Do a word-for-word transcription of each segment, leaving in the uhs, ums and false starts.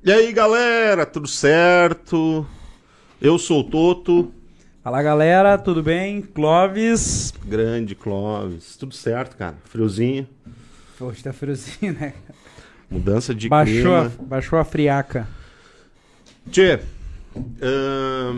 E aí, galera, tudo certo? Eu sou o Toto. Fala, galera, tudo bem? Clóvis. Grande Clóvis. Tudo certo, cara? Friozinho. Hoje tá friozinho, né? Mudança de Baixou a, clima. baixou a friaca. Tchê. ahn,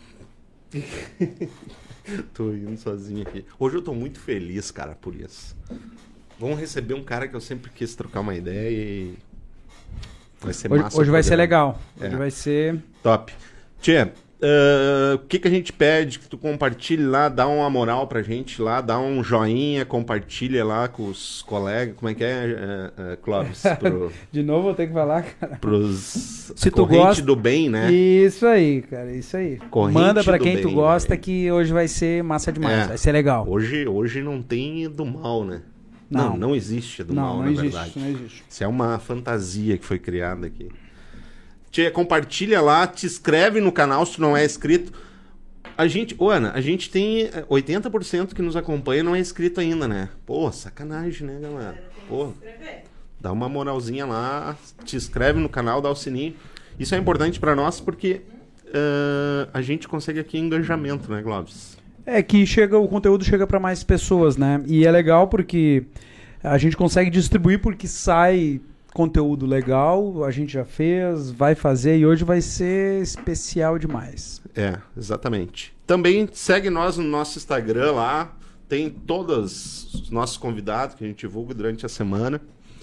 tô indo sozinho aqui. Hoje eu tô muito feliz, cara, por isso. Vamos receber um cara que eu sempre quis trocar uma ideia e... Vai ser Hoje, massa. hoje o vai ser programa. legal. É. Hoje vai ser... Top. Tchê, ah, o que, que a gente pede? Que tu compartilhe lá, dá uma moral pra gente lá, dá um joinha, compartilha lá com os colegas. Como é que é, uh, uh, Clóvis? Pro, De novo vou ter que falar, cara. pros Se a tu corrente gosta- do bem, né? Isso aí, cara, isso aí. Corrente Manda pra do quem tu bem, gosta velho. que hoje vai ser massa demais. É. Vai ser legal. Hoje, hoje não tem do mal, né? Não, Não. não, existe do não, mal, não na existe, verdade. não existe. Isso é uma fantasia que foi criada aqui. Tia, compartilha lá, te inscreve no canal se tu não é inscrito. A gente, ô Ana, a gente tem oitenta por cento que nos acompanha e não é inscrito ainda, né? Pô, sacanagem, né, galera? Pô, dá uma moralzinha lá, te inscreve no canal, dá o sininho. Isso é importante pra nós porque ah, a gente consegue aqui engajamento, né, Clóvis? É que chega, o conteúdo chega pra mais pessoas, né? E é legal porque a gente consegue distribuir porque sai conteúdo legal, a gente já fez, vai fazer e hoje vai ser especial demais. É, exatamente. Também segue nós no nosso Instagram lá. Tem todos os nossos convidados que a gente divulga durante a semana.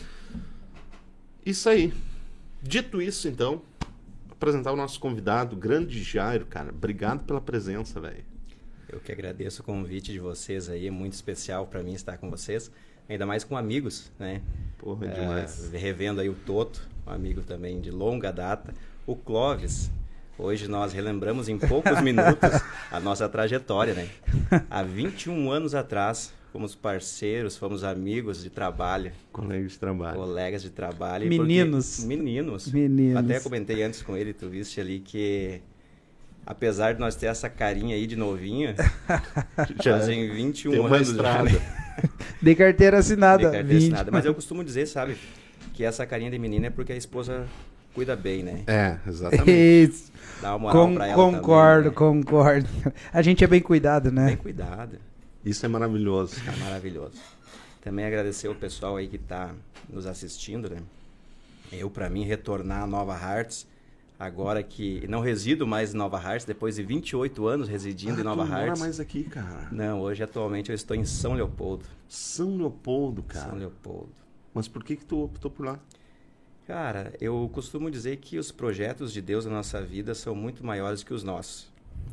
Isso aí. Dito isso, então, apresentar o nosso convidado, grande Jairo, cara. Obrigado pela presença, velho. Eu que agradeço o convite de vocês aí, é muito especial para mim estar com vocês, ainda mais com amigos, né? Porra, É, demais. revendo aí o Toto, um amigo também de longa data, o Clóvis. Hoje nós relembramos em poucos minutos a nossa trajetória, né? Há vinte e um anos atrás, fomos parceiros, fomos amigos de trabalho, Colega de trabalho. colegas de trabalho. Meninos. porque- Meninos. Meninos. Até comentei antes com ele, tu viste ali que, apesar de nós ter essa carinha aí de novinho, Já fazem vinte e tem um uma anos estrada. já, né? De carteira assinada. De carteira vinte. assinada. Mas eu costumo dizer, sabe, que essa carinha de menina é porque a esposa cuida bem, né? É, exatamente. Isso. Dá uma moral Com- pra ela concordo, também, né? concordo. A gente é bem cuidado, né? Bem cuidado. Isso é maravilhoso. Tá maravilhoso. Também agradecer o pessoal aí que tá nos assistindo, né? Eu, pra mim, retornar a Nova Hartz, agora que não resido mais em Nova Hartz, depois de vinte e oito anos residindo Ah, em Nova tu não mora Hartz. mais aqui, cara. Não, hoje atualmente eu estou em São Leopoldo. São Leopoldo, cara. São Leopoldo. Mas por que que tu optou por lá? Cara, eu costumo dizer que os projetos de Deus na nossa vida são muito maiores que os nossos.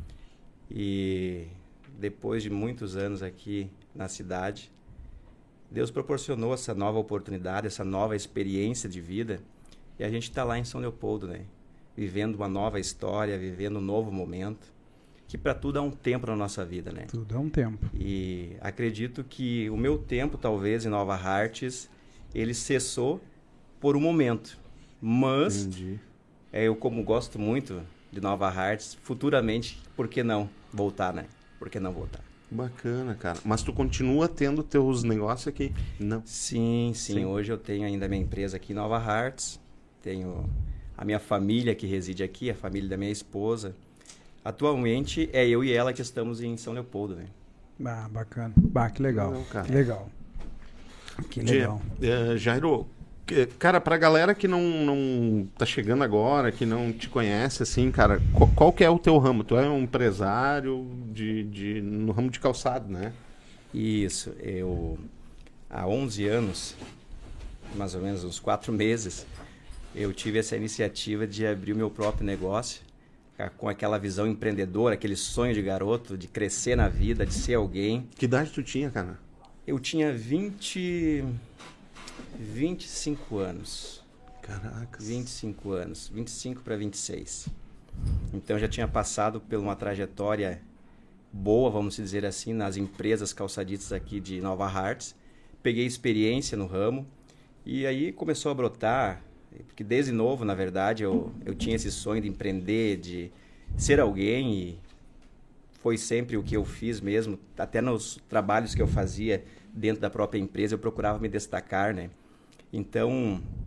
E depois de muitos anos aqui na cidade, Deus proporcionou essa nova oportunidade, essa nova experiência de vida, e a gente está lá em São Leopoldo, né? Vivendo uma nova história, vivendo um novo momento, que para tudo há um tempo na nossa vida, né? Tudo é um tempo. E acredito que o meu tempo, talvez, em Nova Hartz, ele cessou por um momento. Mas, Entendi. é, eu como gosto muito de Nova Hartz, futuramente, por que não voltar, né? Por que não voltar? Bacana, cara. Mas tu continua tendo teus negócios aqui? Não. Sim, sim, Sim. Hoje eu tenho ainda a minha empresa aqui em Nova Hartz, tenho a minha família que reside aqui, a família da minha esposa. Atualmente é eu e ela que estamos em São Leopoldo, né? Ah, bacana. Bah, que legal. Não, cara. Que legal. Que Tchê, legal. eh, Jairo, que- cara, pra galera que não, não tá chegando agora, que não te conhece, assim, cara, qual, qual que é o teu ramo? Tu é um empresário de, de, no ramo de calçado, né? Isso, eu há onze anos, mais ou menos uns quatro meses, eu tive essa iniciativa de abrir o meu próprio negócio, ca- com aquela visão empreendedora, aquele sonho de garoto, de crescer na vida, de ser alguém. Que idade tu tinha, cara? Eu tinha vinte, vinte e cinco anos, Caraca. vinte e cinco anos, vinte e cinco para vinte e seis. Então eu já tinha passado por uma trajetória boa, vamos dizer assim, nas empresas calçaditas aqui de Nova Hartz. Peguei experiência no ramo e aí começou a brotar, porque desde novo, na verdade, eu, eu tinha esse sonho de empreender, de ser alguém, e foi sempre o que eu fiz mesmo. Até nos trabalhos que eu fazia dentro da própria empresa, eu procurava me destacar, né? Então,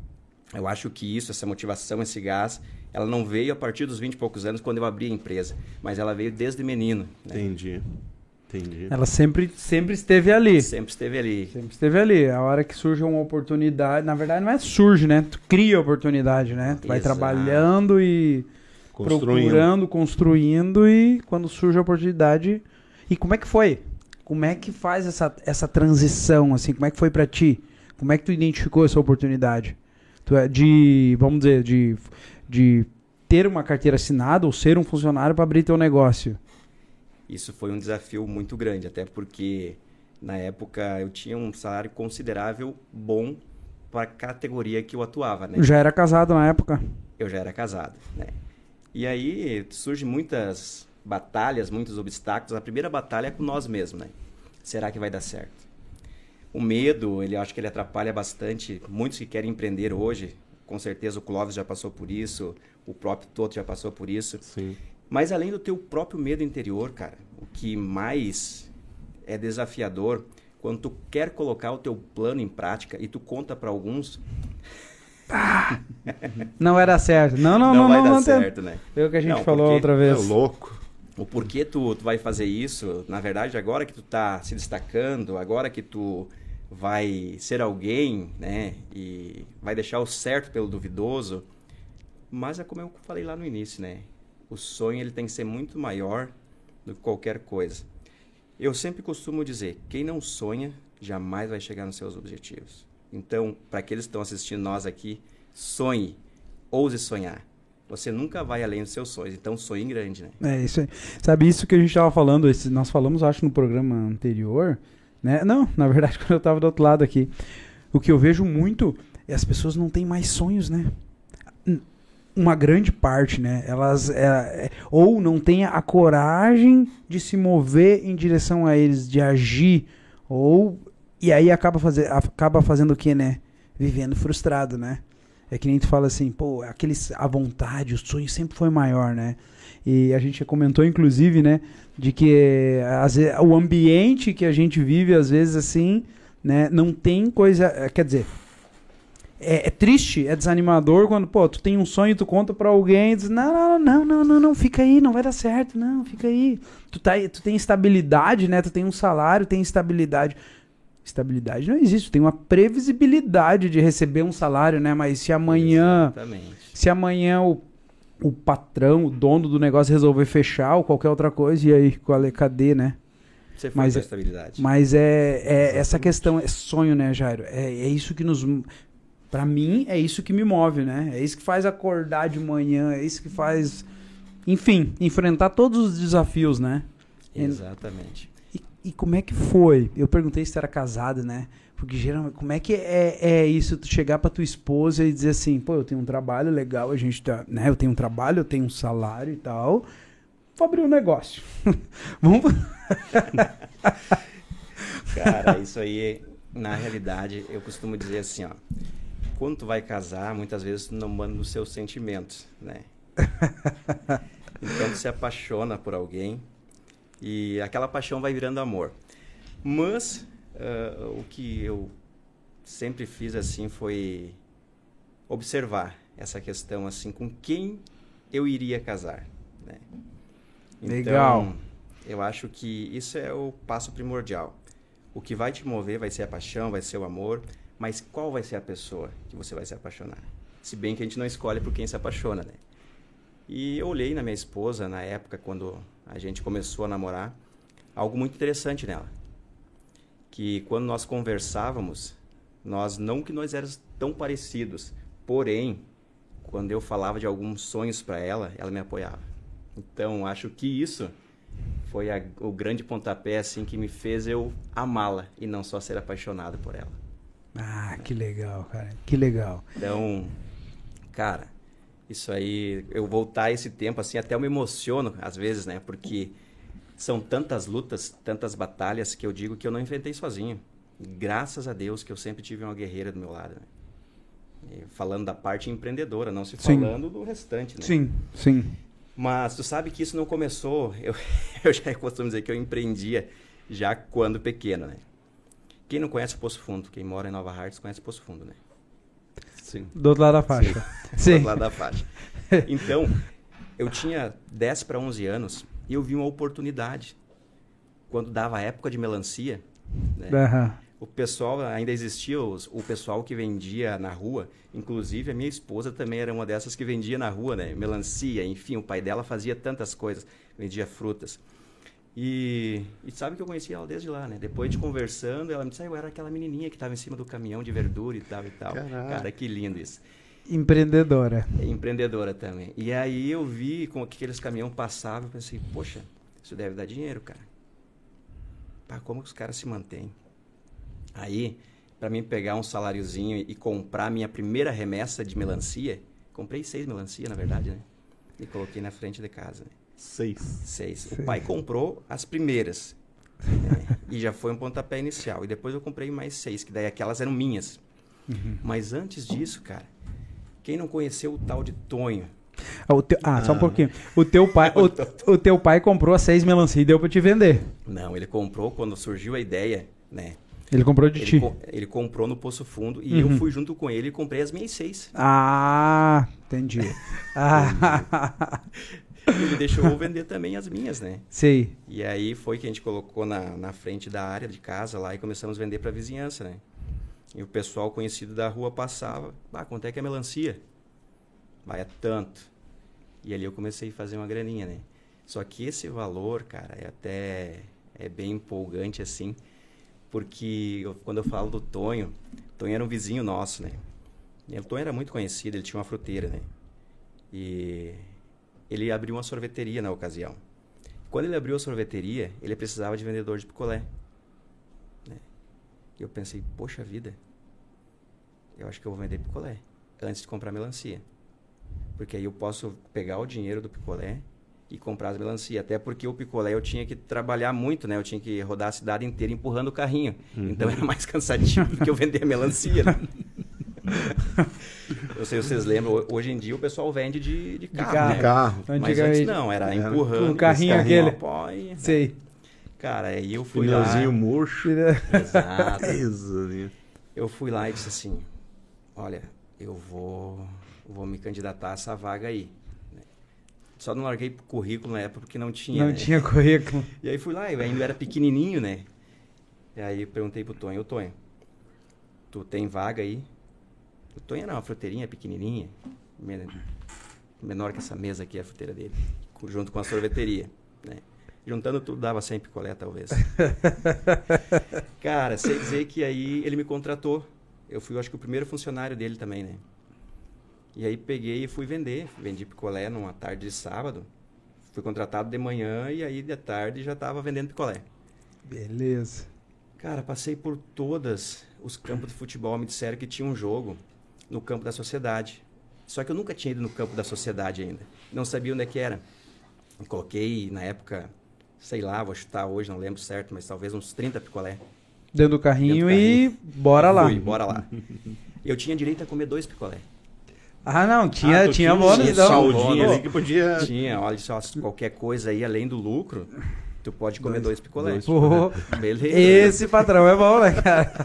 Eu acho que isso, essa motivação, esse gás, ela não veio a partir dos vinte e poucos anos, quando eu abri a empresa, mas ela veio desde menino. Né? Entendi. Entendi. Ela sempre, sempre esteve ali. Sempre esteve ali. Sempre esteve ali. A hora que surge uma oportunidade... Na verdade, não é surge, né? Tu cria a oportunidade, né? Tu vai Exato. trabalhando e... Construindo. Procurando, construindo e quando surge a oportunidade... E como é que foi? Como é que faz essa, essa transição, assim? Como é que foi pra ti? Como é que tu identificou essa oportunidade? Tu é de, vamos dizer, de, de ter uma carteira assinada ou ser um funcionário para abrir teu negócio? Isso foi um desafio muito grande, até porque na época eu tinha um salário considerável bom para a categoria que eu atuava, né? Já era casado na época? Eu já era casado, né? E aí surgem muitas batalhas, muitos obstáculos. A primeira batalha é com nós mesmos, né? Será que vai dar certo? O medo, ele acho que ele atrapalha bastante muitos que querem empreender hoje. Com certeza o Clóvis já passou por isso, o próprio Toto já passou por isso. Sim. Mas além do teu próprio medo interior, cara, o que mais é desafiador, quando tu quer colocar o teu plano em prática e tu conta para alguns... Ah, não vai dar certo. Não, não, não. Não, vai não, dar não certo, tem... né? Foi o que a gente não, falou porque... outra vez. É louco. O porquê tu, tu vai fazer isso, na verdade, agora que tu tá se destacando, agora que tu vai ser alguém, né? E vai deixar o certo pelo duvidoso. Mas é como eu falei lá no início, né? O sonho ele tem que ser muito maior do que qualquer coisa. Eu sempre costumo dizer, quem não sonha, jamais vai chegar nos seus objetivos. Então, para aqueles que estão assistindo nós aqui, sonhe, ouse sonhar. Você nunca vai além dos seus sonhos, então sonhe em grande, né? É isso aí. Sabe isso que a gente estava falando, esse, nós falamos, acho, no programa anterior, né? Não, na verdade, quando eu estava do outro lado aqui. O que eu vejo muito é as pessoas não têm mais sonhos, né? Uma grande parte, né? Elas é, é, ou não têm a coragem de se mover em direção a eles, de agir, ou e aí acaba, fazer, acaba fazendo o quê, né? Vivendo frustrado, né? É que nem tu fala assim, pô, aqueles, a vontade, o sonho sempre foi maior, né? E a gente comentou, inclusive, né? De que às vezes, o ambiente que a gente vive, às vezes, assim, né? Não tem coisa... Quer dizer, é, é triste, é desanimador quando, pô, tu tem um sonho, tu conta pra alguém e diz, não, não, não, não, não, fica aí, não vai dar certo, não, fica aí. Tu, tá, tu tem estabilidade, né? Tu tem um salário, tem estabilidade... Estabilidade não existe, tem uma previsibilidade de receber um salário, né? Mas se amanhã, Exatamente. se amanhã o, o patrão, o dono do negócio resolver fechar ou qualquer outra coisa, e aí, qual é, cadê, né? Você faz Mas a é- estabilidade. Mas é, é essa questão, é sonho, né, Jairo? É, é isso que nos... Pra mim, é isso que me move, né? É isso que faz acordar de manhã, é isso que faz... Enfim, enfrentar todos os desafios, né? Exatamente. E, e como é que foi? Eu perguntei se tu era casado, né? Porque geralmente, como é que é, é isso, tu chegar pra tua esposa e dizer assim, pô, eu tenho um trabalho legal, a gente tá, né? Eu tenho um trabalho, eu tenho um salário e tal, vou abrir um negócio. Vamos... Cara, isso aí, na realidade, eu costumo dizer assim, ó. Quando tu vai casar, muitas vezes tu não manda nos seus sentimentos, né? Então tu se apaixona por alguém e aquela paixão vai virando amor. Mas uh, o que eu sempre fiz assim foi observar essa questão assim, com quem eu iria casar, né? Legal. Então, eu acho que isso é o passo primordial. O que vai te mover vai ser a paixão, vai ser o amor, mas qual vai ser a pessoa que você vai se apaixonar? Se bem que a gente não escolhe por quem se apaixona, né? E eu olhei na minha esposa, na época, quando a gente começou a namorar, algo muito interessante nela. Que quando nós conversávamos, nós não que nós éramos tão parecidos, porém, quando eu falava de alguns sonhos para ela, ela me apoiava. Então, acho que isso foi a, o grande pontapé assim, que me fez eu amá-la e não só ser apaixonado por ela. Ah, que legal, cara. Que legal. Então, cara, isso aí, eu voltar esse tempo, assim, até eu me emociono às vezes, né? Porque são tantas lutas, tantas batalhas que eu digo que eu não enfrentei sozinho. Graças a Deus que eu sempre tive uma guerreira do meu lado, né? E falando da parte empreendedora, não se Sim. falando do restante, né? Sim, sim. Mas tu sabe que isso não começou, eu, eu já costumo dizer que eu empreendia já quando pequeno, né? Quem não conhece Poço Fundo, quem mora em Nova Hartz conhece Poço Fundo, né? Sim. Do outro lado da faixa. Do Sim. outro lado da faixa. Então, eu tinha dez para onze anos e eu vi uma oportunidade. Quando dava a época de melancia, né? Uhum. O pessoal, ainda existia os, o pessoal que vendia na rua. Inclusive, a minha esposa também era uma dessas que vendia na rua, né? Melancia, enfim, o pai dela fazia tantas coisas, vendia frutas. E, e sabe que eu conhecia ela desde lá, né? Depois de conversando, ela me disse, ah, eu era aquela menininha que estava em cima do caminhão de verdura e tal e tal. Caraca. Cara, que lindo isso. Empreendedora. É empreendedora também. E aí eu vi como que aqueles caminhões passavam e pensei, poxa, isso deve dar dinheiro, cara. Pá, como que os caras se mantêm? Aí, para mim pegar um saláriozinho e comprar minha primeira remessa de melancia, comprei seis melancia, na verdade, né? E coloquei na frente de casa. Né? Seis. Seis. Seis. O pai comprou as primeiras. Né? E já foi um pontapé inicial. E depois eu comprei mais seis, que daí aquelas eram minhas. Uhum. Mas antes disso, cara, quem não conheceu o tal de Tonho? Ah, o teu- ah, só um Ah. pouquinho. O teu pai, o, o teu pai comprou as seis melancia e deu pra te vender. Não, ele comprou quando surgiu a ideia, né? Ele comprou de Ele, ti. co- ele comprou no Poço Fundo e Uhum. eu fui junto com ele e comprei as minhas seis. Ah, entendi. Ah, Ele deixou vender também as minhas, né? sei. E aí foi que a gente colocou na, na frente da área de casa lá e começamos a vender para a vizinhança, né? E o pessoal conhecido da rua passava, ah, quanto é que é melancia? Vai, é tanto. E ali eu comecei a fazer uma graninha, né? Só que esse valor, cara, é até é bem empolgante assim, porque eu- quando eu falo do Tonho, Tonho era um vizinho nosso, né? E o Tonho era muito conhecido, ele tinha uma fruteira, né? E ele abriu uma sorveteria na ocasião. Quando ele abriu a sorveteria, ele precisava de vendedor de picolé. Né? E eu pensei, poxa vida, eu acho que eu vou vender picolé antes de comprar melancia. Porque aí eu posso pegar o dinheiro do picolé e comprar as melancia. Até porque o picolé eu tinha que trabalhar muito, né? Eu tinha que rodar a cidade inteira empurrando o carrinho. Uhum. Então era mais cansativo do que eu vender a melancia. Né? Eu sei se vocês lembram, hoje em dia o pessoal vende de, de carro, carro. né? De carro. Mas Antigamente. antes não, era Era empurrando. o carrinho esse aquele. pó e- Sei. Cara, aí eu fui Pneuzinho lá. murcho. Exato. Isso, né? Eu fui lá e disse assim, olha, eu vou, vou me candidatar a essa vaga aí. né? Só não larguei currículo na época porque não tinha, Não né? tinha currículo. E aí fui lá, eu ainda era pequenininho, né? E aí eu perguntei pro Tonho, ô Tonho, tu tem vaga aí? O Tonho era uma fruteirinha pequenininha, men- menor que essa mesa aqui, a fruteira dele, co- junto com a sorveteria, né? Juntando tudo dava cem picolé, talvez. Cara, sei dizer que aí ele me contratou. Eu fui, eu acho que o primeiro funcionário dele também, né? E aí peguei e fui vender. Vendi picolé numa tarde de sábado. Fui contratado de manhã e aí de tarde já estava vendendo picolé. Beleza. Cara, passei por todas os campos de futebol. Me disseram que tinha um jogo no campo da Sociedade. Só que eu nunca tinha ido no campo da Sociedade ainda. Não sabia onde é que era. Eu coloquei, na época, sei lá, vou chutar hoje, não lembro certo, mas talvez uns trinta picolé. Dentro do carrinho, Dentro do e bora lá. Fui, bora lá. Eu tinha direito a comer dois picolé. Ah, não, tinha, Ah, tu tinha um bônus, então. saldinho Bônus. ali que podia... Tinha, olha só, qualquer coisa aí além do lucro, tu pode comer dois, picolés. Pô, Beleza. esse patrão é bom, né, cara?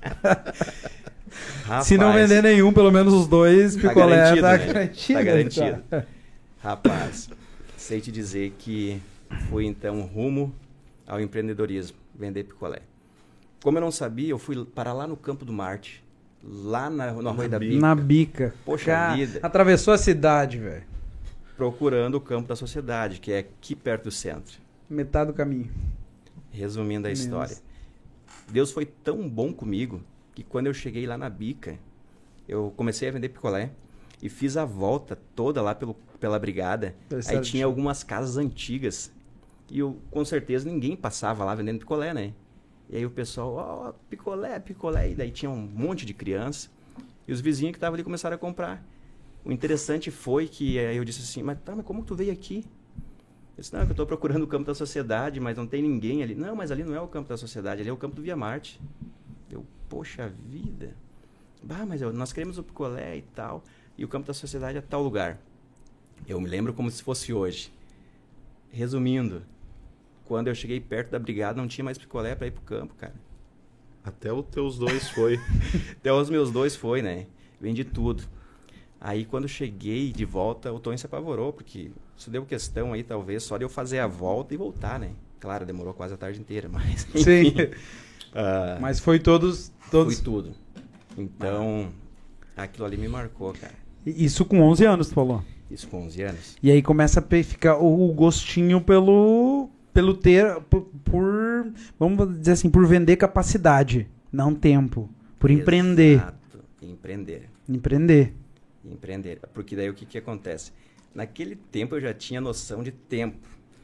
Rapaz, Se não vender nenhum, pelo menos os dois, Tá picolé garantido, tá né? garantido. Tá garantido. cara. Rapaz, sei te dizer que fui então rumo ao empreendedorismo, vender picolé. Como eu não sabia, eu fui para lá no Campo do Marte, lá na, no Arroio da Bica, Na bica. Poxa Cara, vida. atravessou a cidade, velho. procurando o Campo da Sociedade, que é aqui perto do centro. Metade do caminho. Resumindo a Menos. história. Deus foi tão bom comigo que quando eu cheguei lá na Bica, eu comecei a vender picolé e fiz a volta toda lá pelo, pela brigada. Tá Aí certo. tinha algumas casas antigas e eu, com certeza ninguém passava lá vendendo picolé, né? E aí o pessoal, ó, picolé, picolé. E daí tinha um monte de criança e os vizinhos que estavam ali começaram a comprar. O interessante foi que aí eu disse assim, mas tá, mas como tu veio aqui? Eu disse, não, é que eu estou procurando o campo da Sociedade, mas não tem ninguém ali. Não, mas ali não é o campo da Sociedade, ali é o campo do Via Marte. Eu, poxa vida. Bah, mas eu, nós queremos o picolé e tal. E o campo da Sociedade é tal lugar. Eu me lembro como se fosse hoje. Resumindo, quando eu cheguei perto da brigada, não tinha mais picolé para ir pro campo, cara. Até os teus dois foi. Até os meus dois foi, né? Vendi tudo. Aí quando cheguei de volta, o Tonho se apavorou, porque isso deu questão aí, talvez, só de eu fazer a volta e voltar, né? Claro, demorou quase a tarde inteira, mas... Enfim, Sim. uh, Mas foi todos... todos... Foi tudo. Então, aquilo ali me marcou, cara. Isso com onze anos, tu falou? Isso com onze anos. E aí começa a ficar o gostinho pelo... Pelo ter... Por, por... Vamos dizer assim, por vender capacidade, não tempo. Por empreender. Exato. Empreender. Empreender. Empreender. Porque daí o que que acontece? Naquele tempo eu já tinha noção de tempo.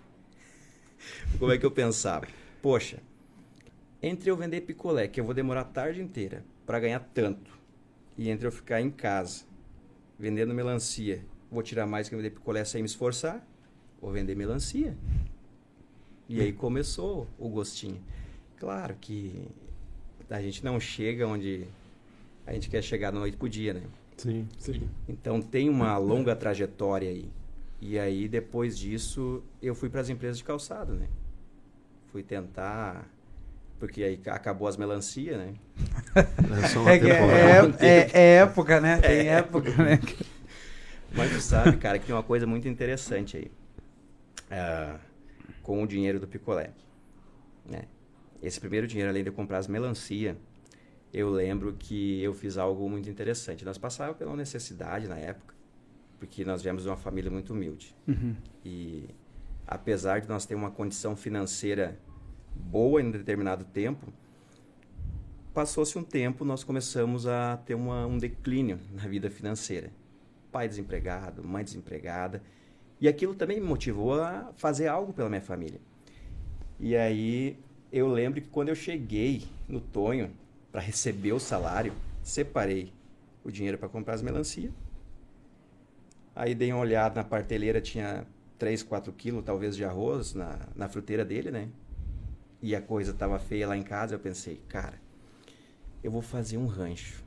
Como é que eu pensava? Poxa, entre eu vender picolé, que eu vou demorar a tarde inteira para ganhar tanto, e entre eu ficar em casa vendendo melancia, vou tirar mais que eu vender picolé sem me esforçar, vou vender melancia. E aí começou o gostinho. Claro que a gente não chega onde a gente quer chegar da noite pro dia, né? Sim, sim. Então tem uma longa trajetória aí. E aí depois disso eu fui para as empresas de calçado, né? Fui tentar, porque aí acabou as melancias, né? É só uma É, que é, temporada. é, é- é época, né? Tem É. época, né? Mas tu sabe, cara, que tem uma coisa muito interessante aí. Ah, com o dinheiro do picolé, né? Esse primeiro dinheiro, além de eu comprar as melancia, eu lembro que eu fiz algo muito interessante. Nós passávamos pela necessidade na época, porque nós viemos de uma família muito humilde. Uhum. E apesar de nós ter uma condição financeira boa em determinado tempo, passou-se um tempo, nós começamos a ter uma, um declínio na vida financeira. Pai desempregado, mãe desempregada. E aquilo também me motivou a fazer algo pela minha família. E aí eu lembro que quando eu cheguei no Tonho para receber o salário, separei o dinheiro para comprar as melancia. Aí dei uma olhada na prateleira, tinha três, quatro quilos talvez de arroz na, na fruteira dele, né? E a coisa estava feia lá em casa, eu pensei, cara, eu vou fazer um rancho.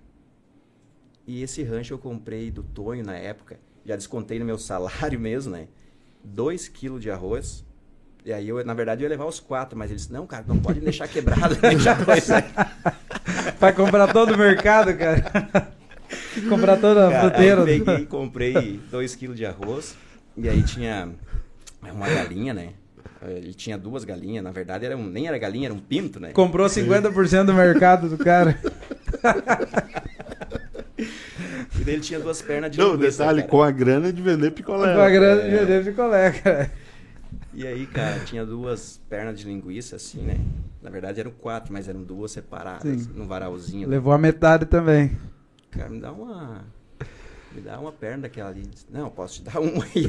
E esse rancho eu comprei do Tonho na época, já descontei no meu salário mesmo, né? Dois quilos de arroz. E aí, eu, na verdade, eu ia levar os quatro, mas eles, não, cara, não pode deixar quebrado, deixar coisa. Vai comprar todo o mercado, cara. Comprar toda a Cara, fruteira. aí peguei, comprei dois quilos de arroz. E aí tinha uma galinha, né? Ele tinha duas galinhas, na verdade era um, nem era galinha, era um pinto, né? Comprou cinquenta por cento do mercado do cara. E daí ele tinha duas pernas de Não, linguiça, detalhe, cara. com a grana de vender picolé. Com a grana É. de vender picolé, cara. E aí, cara, tinha duas pernas de linguiça, assim, né? Na verdade eram quatro, mas eram duas separadas, Sim. num varalzinho. Levou a metade também. Cara, me dá uma... Me dá uma perna daquela ali. Não, posso te dar uma aí.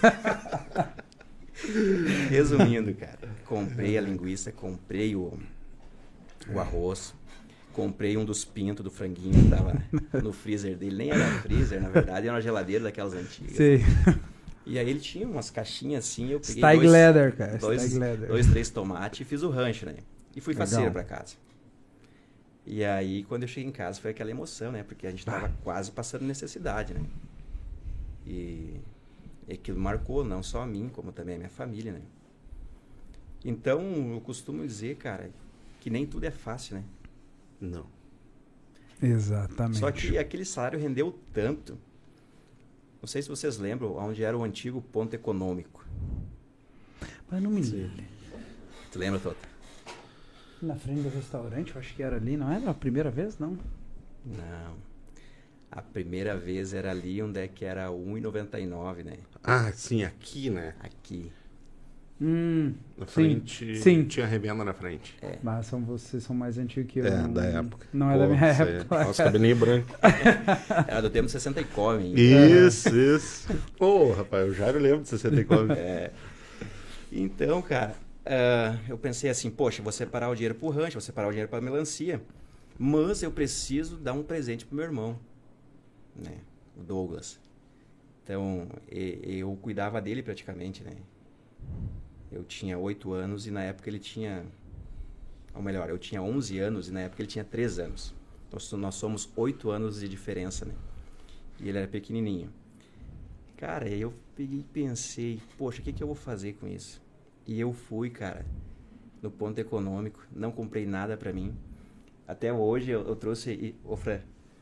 Resumindo, cara, comprei a linguiça, comprei o, o arroz, comprei um dos pintos do franguinho que tava no freezer dele. Nem era freezer, na verdade, era uma geladeira daquelas antigas. Sim. E aí ele tinha umas caixinhas assim, eu peguei Steig dois, Leather, cara. dois, Steig Leather. dois, três tomates e fiz o rancho, né? E fui Legal. faceiro pra casa. E aí, quando eu cheguei em casa, foi aquela emoção, né? Porque a gente tava quase passando necessidade, né? E, e aquilo marcou não só a mim, como também a minha família, né? Então, eu costumo dizer, cara, que nem tudo é fácil, né? Não. Exatamente. Só que aquele salário rendeu tanto. Não sei se vocês lembram onde era o antigo ponto econômico. Mas não me lembro. Tu lembra, Tota? Na frente do restaurante, eu acho que era ali, não era a primeira vez, não? Não. A primeira vez era ali onde é que era um real e noventa e nove, né? Ah, sim, aqui, né? Aqui. Hum, Na sim, frente. sim. Tinha revenda na frente. É. Mas são, vocês são mais antigos que eu. É, não, da época. Não é Pô, da minha você- época. Nossa, cabelinho branco. Era do tempo sessenta e come. hein? Isso, isso. Pô, rapaz, eu já lembro de sessenta e quatro. É. Então, cara, ah, eu pensei assim, poxa, vou separar o dinheiro pro rancho, vou separar o dinheiro pra melancia, mas eu preciso dar um presente pro meu irmão, né? O Douglas. Então, e- eu cuidava dele praticamente, né? Eu tinha oito anos e na época ele tinha... Ou melhor, eu tinha onze anos e na época ele tinha três anos. Então, so- nós somos oito anos de diferença, né? E ele era pequenininho. Cara, aí eu peguei e pensei, poxa, o que, que eu vou fazer com isso? E eu fui, cara, no ponto econômico, não comprei nada pra mim. Até hoje eu, eu trouxe... e- Ô, Fran,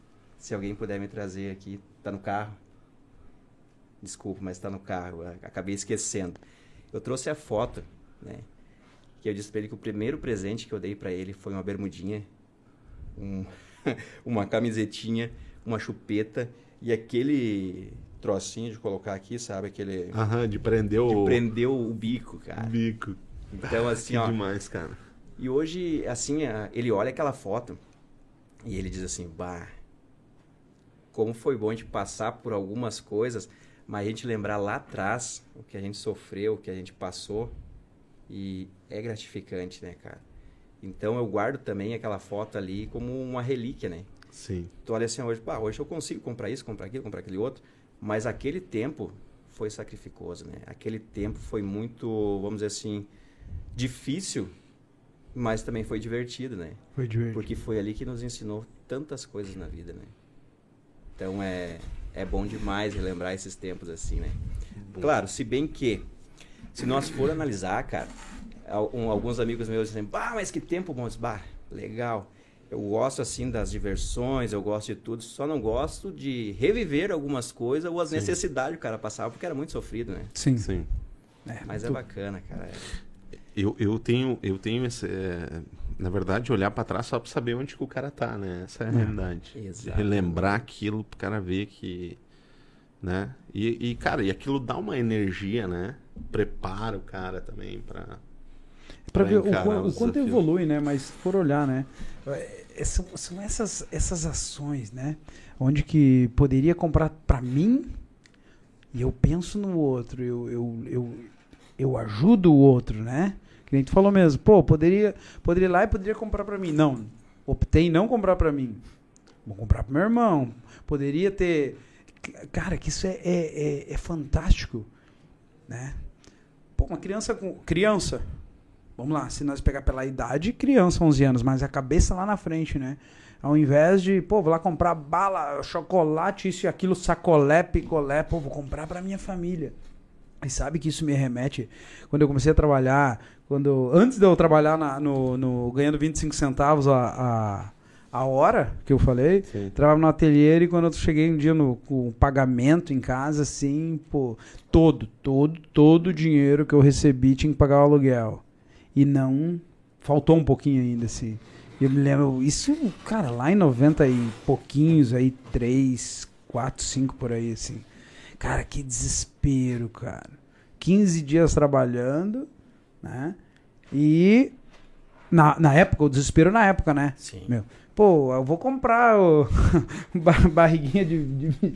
Se alguém puder me trazer aqui, tá no carro. Desculpa, mas tá no carro, acabei esquecendo. Eu trouxe a foto, né? Que eu disse pra ele que o primeiro presente que eu dei pra ele foi uma bermudinha, um, uma camisetinha, uma chupeta e aquele trocinho de colocar aqui, sabe? Aquele... Aham, de prender o... De prender o bico, cara. bico. Então, assim, que ó... demais, cara. E hoje, assim, ele olha aquela foto e ele diz assim, bah, como foi bom a gente passar por algumas coisas, mas a gente lembrar lá atrás o que a gente sofreu, o que a gente passou, e é gratificante, né, cara? Então eu guardo também aquela foto ali como uma relíquia, né? Sim. Tu olha assim, hoje, pá, hoje eu consigo comprar isso, comprar aquilo, comprar aquele outro, mas aquele tempo foi sacrificoso, né? Aquele tempo foi muito, vamos dizer assim, difícil, mas também foi divertido, né? Foi divertido. Porque foi ali que nos ensinou tantas coisas na vida, né? Então é, é bom demais relembrar esses tempos assim, né? Bom. Claro, se bem que, se nós for analisar, cara, um, alguns amigos meus dizem, bah, mas que tempo bom, bah, legal. Eu gosto, assim, das diversões, eu gosto de tudo, só não gosto de reviver algumas coisas ou as Sim. necessidades que o cara passava, porque era muito sofrido, né? Sim. Sim. É, mas tu... é bacana, cara. É... Eu, eu tenho, eu tenho esse, é, na verdade, olhar pra trás só pra saber onde que o cara tá, né? Essa é a é. realidade. Exato. De relembrar aquilo pro cara ver que, né? E, e, cara, e aquilo dá uma energia, né? Prepara o cara também pra... Pra ver o, o quanto evolui, né? Mas se for olhar, né? É, são, são essas, essas ações, né? Onde que poderia comprar pra mim e eu penso no outro, eu, eu, eu, eu ajudo o outro, né? Que nem tu falou mesmo, pô, poderia, poderia ir lá e poderia comprar pra mim. Não, optei em não comprar pra mim. Vou comprar pro meu irmão. Poderia ter... Cara, que isso é, é, é, é fantástico, né? Pô, uma criança com... Criança... Vamos lá, se nós pegar pela idade, criança, onze anos, mas a cabeça lá na frente, né? Ao invés de, pô, vou lá comprar bala, chocolate, isso e aquilo, sacolé, picolé, pô, vou comprar pra minha família. E sabe que isso me remete, quando eu comecei a trabalhar, quando antes de eu trabalhar na, no, no ganhando vinte e cinco centavos a, a, a hora, que eu falei, Sim. trabalhava no ateliê e quando eu cheguei um dia no com o pagamento em casa, assim, pô, todo, todo, todo o dinheiro que eu recebi tinha que pagar o aluguel. E não... Faltou um pouquinho ainda, assim. Eu me lembro... Isso, cara, lá em noventa e pouquinhos, aí, três, quatro, cinco por aí, assim. Cara, que desespero, cara. quinze dias trabalhando, né? E... Na, na época, o desespero na época, né? Sim. Meu, pô, eu vou comprar o... barriguinha de... de...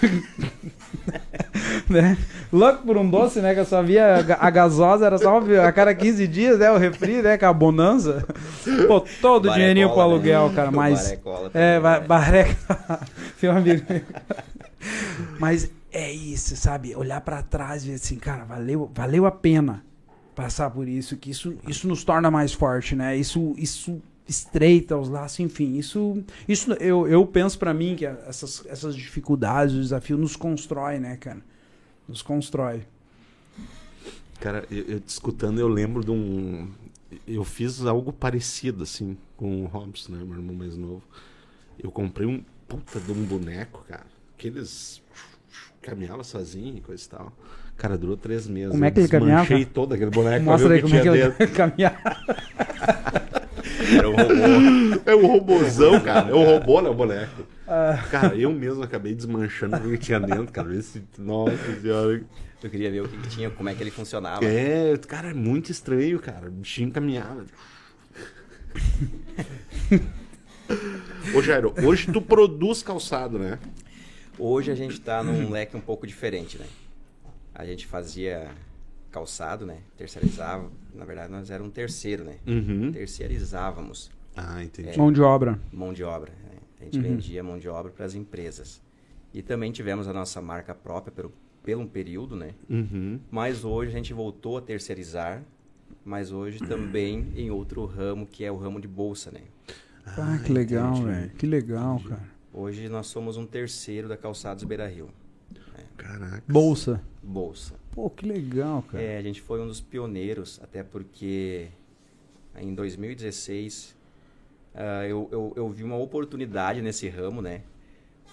né? Louco por um doce, né? Que eu só via a gasosa, era só a cada quinze dias, né? O refri, né? Com a bonança. Pô, todo o dinheirinho pro aluguel, né? Cara, mas... Barecola também, é, né? Bareca... Tem um amigo... Mas é isso, sabe? Olhar pra trás e ver assim, cara, valeu, valeu a pena passar por isso, que isso, isso nos torna mais forte, né? Isso... isso estreita os laços, enfim, isso, isso eu, eu penso pra mim que essas, essas dificuldades, o desafio nos constrói, né, cara? Nos constrói. Cara, eu, eu te escutando, eu lembro de um... Eu fiz algo parecido, assim, com o Robson, né, meu irmão mais novo. Eu comprei um puta de um boneco, cara, aqueles caminhava sozinho e coisa e tal. Cara, durou três meses. Como é que ele caminhava? Desmanchei todo aquele boneco. Mostra aí como é que ele caminhava. Era um robô. É um robôzão, cara. É um robô, né, o boneco. Ah. Cara, eu mesmo acabei desmanchando o que tinha dentro, cara. Esse... Nossa senhora. Eu queria ver o que, que tinha, como é que ele funcionava. É, cara, é muito estranho, cara. O bichinho caminhava. Ô, Jairo, hoje tu produz calçado, né? Hoje a gente tá num leque um pouco diferente, né? A gente fazia calçado, né? Terceirizava. Na verdade, nós era um terceiro, né? Uhum. Terceirizávamos. Ah, entendi. É, mão de obra. Mão de obra. Né? A gente uhum. vendia mão de obra para as empresas. E também tivemos a nossa marca própria pelo, pelo um período, né? Uhum. Mas hoje a gente voltou a terceirizar, mas hoje também em outro ramo, que é o ramo de bolsa, né? Ah, ah que legal, velho. Que legal, entendi. Cara. Hoje nós somos um terceiro da Calçados Beira Rio. Né? Caraca. Bolsa. Bolsa. Pô, que legal, cara. É, a gente foi um dos pioneiros, até porque em dois mil e dezesseis uh, eu, eu, eu vi uma oportunidade nesse ramo, né?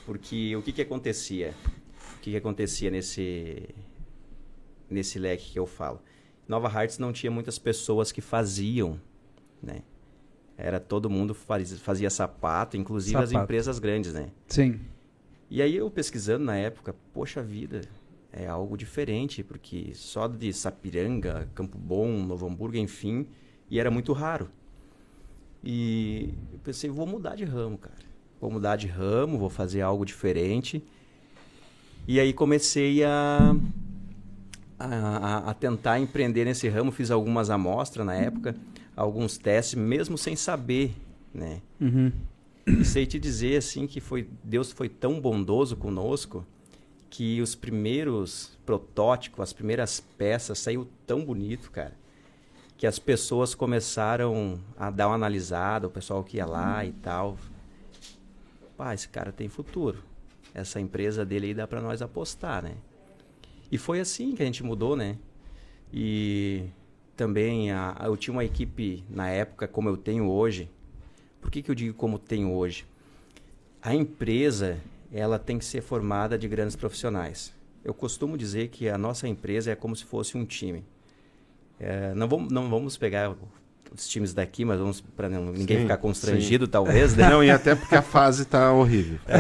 Porque o que que acontecia? O que que acontecia nesse, nesse leque que eu falo? Nova Hartz não tinha muitas pessoas que faziam, né? Era todo mundo faz, fazia sapato, inclusive Sapato. as empresas grandes, né? Sim. E aí eu pesquisando na época, poxa vida, é algo diferente, porque só de Sapiranga, Campo Bom, Novo Hamburgo, enfim, e era muito raro. E eu pensei, vou mudar de ramo, cara. Vou mudar de ramo, vou fazer algo diferente. E aí comecei a, a, a tentar empreender nesse ramo, fiz algumas amostras na época, alguns testes, mesmo sem saber, né? Uhum. E sei te dizer, assim, que foi, Deus foi tão bondoso conosco que os primeiros protótipos, as primeiras peças, saiu tão bonito, cara, que as pessoas começaram a dar uma analisada, o pessoal que ia lá e tal. Pá, esse cara tem futuro. Essa empresa dele aí dá pra nós apostar, né? E foi assim que a gente mudou, né? E também a, a, eu tinha uma equipe na época como eu tenho hoje. Por que que eu digo como tenho hoje? A empresa, ela tem que ser formada de grandes profissionais. Eu costumo dizer que a nossa empresa é como se fosse um time. É, não, vamos, não vamos pegar os times daqui, mas vamos para ninguém Sim, ficar constrangido, sim. talvez, né? Não, e até porque a fase tá horrível. É.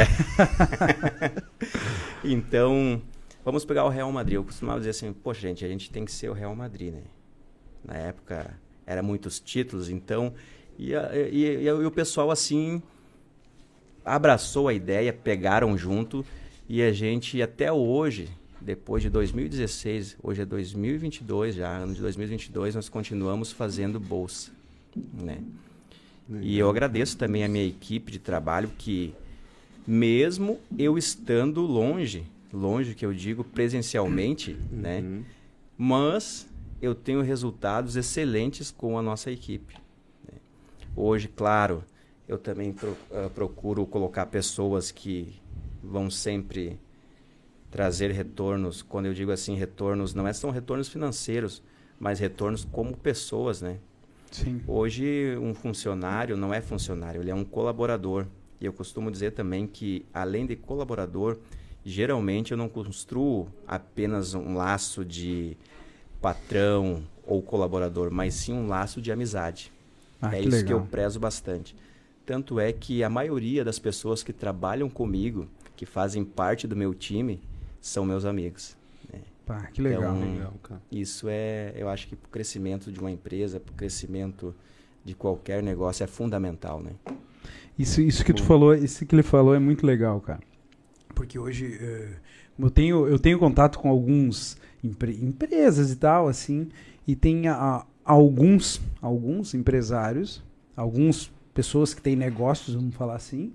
Então, vamos pegar o Real Madrid. Eu costumava dizer assim, poxa, gente, a gente tem que ser o Real Madrid, né? Na época, era muitos títulos, então... E, a, e, e, e o pessoal, assim, abraçou a ideia, pegaram junto, e a gente, até hoje, depois de dois mil e dezesseis, hoje é dois mil e vinte e dois já, ano de dois mil e vinte e dois, nós continuamos fazendo bolsa, né? E eu agradeço também a minha equipe de trabalho, que mesmo eu estando longe, longe que eu digo presencialmente, uhum. né? Mas eu tenho resultados excelentes com a nossa equipe. Hoje, claro, eu também pro, uh, procuro colocar pessoas que vão sempre trazer retornos. Quando eu digo assim, retornos, não é são retornos financeiros, mas retornos como pessoas, né? Sim. Hoje, um funcionário não é funcionário, ele é um colaborador. E eu costumo dizer também que, além de colaborador, geralmente eu não construo apenas um laço de patrão ou colaborador, mas sim um laço de amizade. Ah, é que isso legal. que eu prezo bastante. Tanto é que a maioria das pessoas que trabalham comigo, que fazem parte do meu time, são meus amigos. Né? Pá, que legal. Então, legal, cara. Isso é, eu acho que para o crescimento de uma empresa, para o crescimento de qualquer negócio é fundamental, né? Isso, isso que tu falou, isso que ele falou é muito legal, cara. Porque hoje uh, eu tenho eu tenho contato com alguns empre, empresas e tal, assim, e tem a, alguns, alguns empresários, algumas pessoas que têm negócios, vamos falar assim,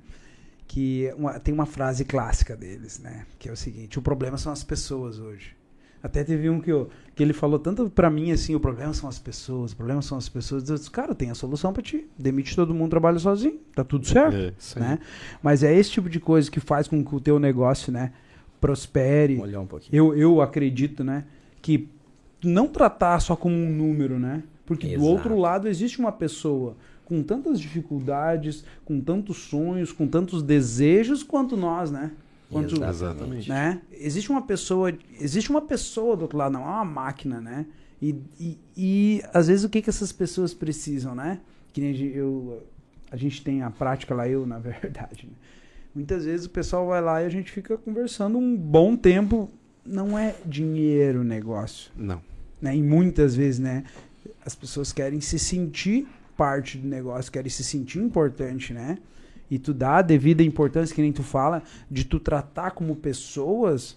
que uma, tem uma frase clássica deles, né? Que é o seguinte: o problema são as pessoas hoje. Até teve um que, eu, que ele falou tanto pra mim assim: o problema são as pessoas, o problema são as pessoas. Eu disse, cara, tem a solução pra ti. Demite todo mundo, trabalha sozinho, tá tudo certo. É, né? Mas é esse tipo de coisa que faz com que o teu negócio, né, prospere. Vamos olhar um pouquinho. Eu, eu acredito, né, que não tratar só como um número, né? Porque Exato. Do outro lado existe uma pessoa com tantas dificuldades, com tantos sonhos, com tantos desejos quanto nós, né? Quanto, Exatamente. Né? Existe uma pessoa, existe uma pessoa do outro lado, não é uma máquina, né? E, e, e às vezes o que, que essas pessoas precisam, né? Que nem eu, a gente tem a prática lá, eu na verdade. Né? Muitas vezes o pessoal vai lá e a gente fica conversando um bom tempo. Não é dinheiro o negócio. Não. Né? E muitas vezes, né? As pessoas querem se sentir parte do negócio, querem se sentir importante, né? E tu dá a devida importância, que nem tu fala, de tu tratar como pessoas,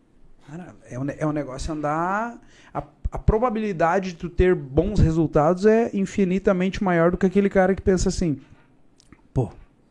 cara, é um, é um negócio andar... A, a probabilidade de tu ter bons resultados é infinitamente maior do que aquele cara que pensa assim, pô,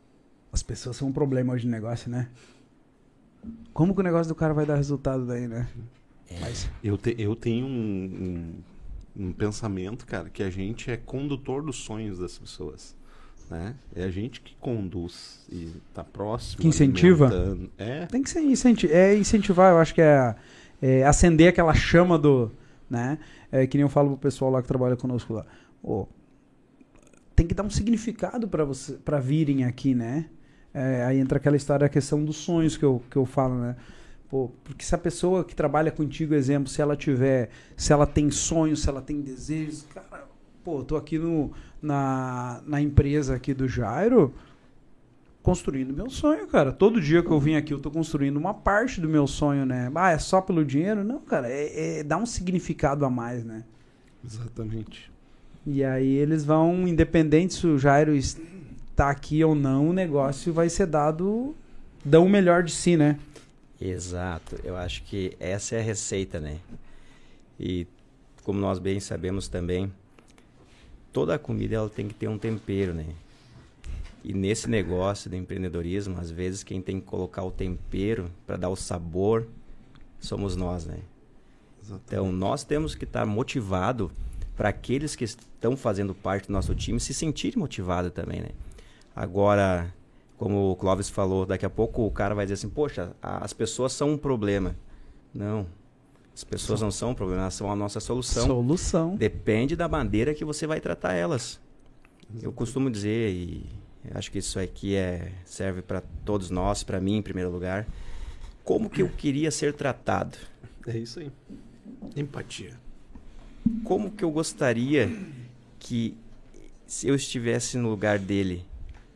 as pessoas são um problema hoje no negócio, né? Como que o negócio do cara vai dar resultado daí, né? É. Mas, Eu, te, eu tenho um, um, um pensamento, cara, que a gente é condutor dos sonhos das pessoas. Né? É a gente que conduz e tá próximo. Que incentiva? É. Tem que ser incenti é incentivar, eu acho que é, é acender aquela chama do... Né? É, que nem eu falo pro pessoal lá que trabalha conosco lá. Oh, tem que dar um significado para você, para virem aqui, né? É, aí entra aquela história, a questão dos sonhos que eu, que eu falo, né? Pô, porque se a pessoa que trabalha contigo, exemplo, se ela tiver, se ela tem sonhos, se ela tem desejos, cara, pô, eu tô aqui no, na, na empresa aqui do Jairo, construindo meu sonho, cara. Todo dia que eu vim aqui, eu tô construindo uma parte do meu sonho, né? Ah, é só pelo dinheiro? Não, cara, é, é dá um significado a mais, né? Exatamente. E aí eles vão, independente se o Jairo está aqui ou não, o negócio vai ser dado, dão o melhor de si, né? Exato. Eu acho que essa é a receita, né? E como nós bem sabemos também, toda a comida ela tem que ter um tempero, né? E nesse negócio do empreendedorismo, às vezes quem tem que colocar o tempero para dar o sabor somos nós, né? Exatamente. Então nós temos que estar motivado para aqueles que estão fazendo parte do nosso time se sentirem motivados também, né? Agora, como o Clóvis falou, daqui a pouco o cara vai dizer assim, poxa, as pessoas são um problema. Não, as pessoas não são um problema, elas são a nossa solução. Solução. Depende da maneira que você vai tratar elas. Eu costumo dizer, e acho que isso aqui é, serve para todos nós, para mim em primeiro lugar, como que eu queria ser tratado. É isso aí. Empatia. Como que eu gostaria que, se eu estivesse no lugar dele,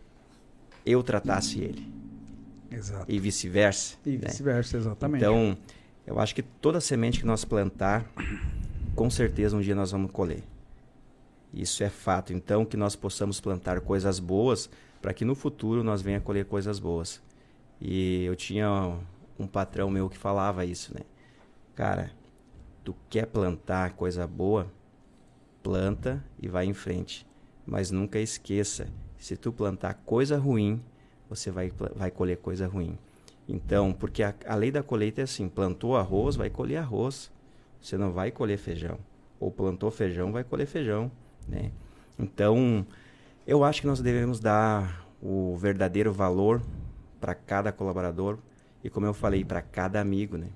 eu tratasse ele. Exato. E vice-versa. E né? vice-versa, exatamente. Então, eu acho que toda semente que nós plantar, com certeza um dia nós vamos colher. Isso é fato. Então, que nós possamos plantar coisas boas para que no futuro nós venha colher coisas boas. E eu tinha um patrão meu que falava isso, né? Cara, tu quer plantar coisa boa, planta e vai em frente. Mas nunca esqueça, se tu plantar coisa ruim, você vai, vai colher coisa ruim. Então, porque a, a lei da colheita é assim, plantou arroz, vai colher arroz. Você não vai colher feijão. Ou plantou feijão, vai colher feijão, né? Então, eu acho que nós devemos dar o verdadeiro valor para cada colaborador e, como eu falei, para cada amigo, né?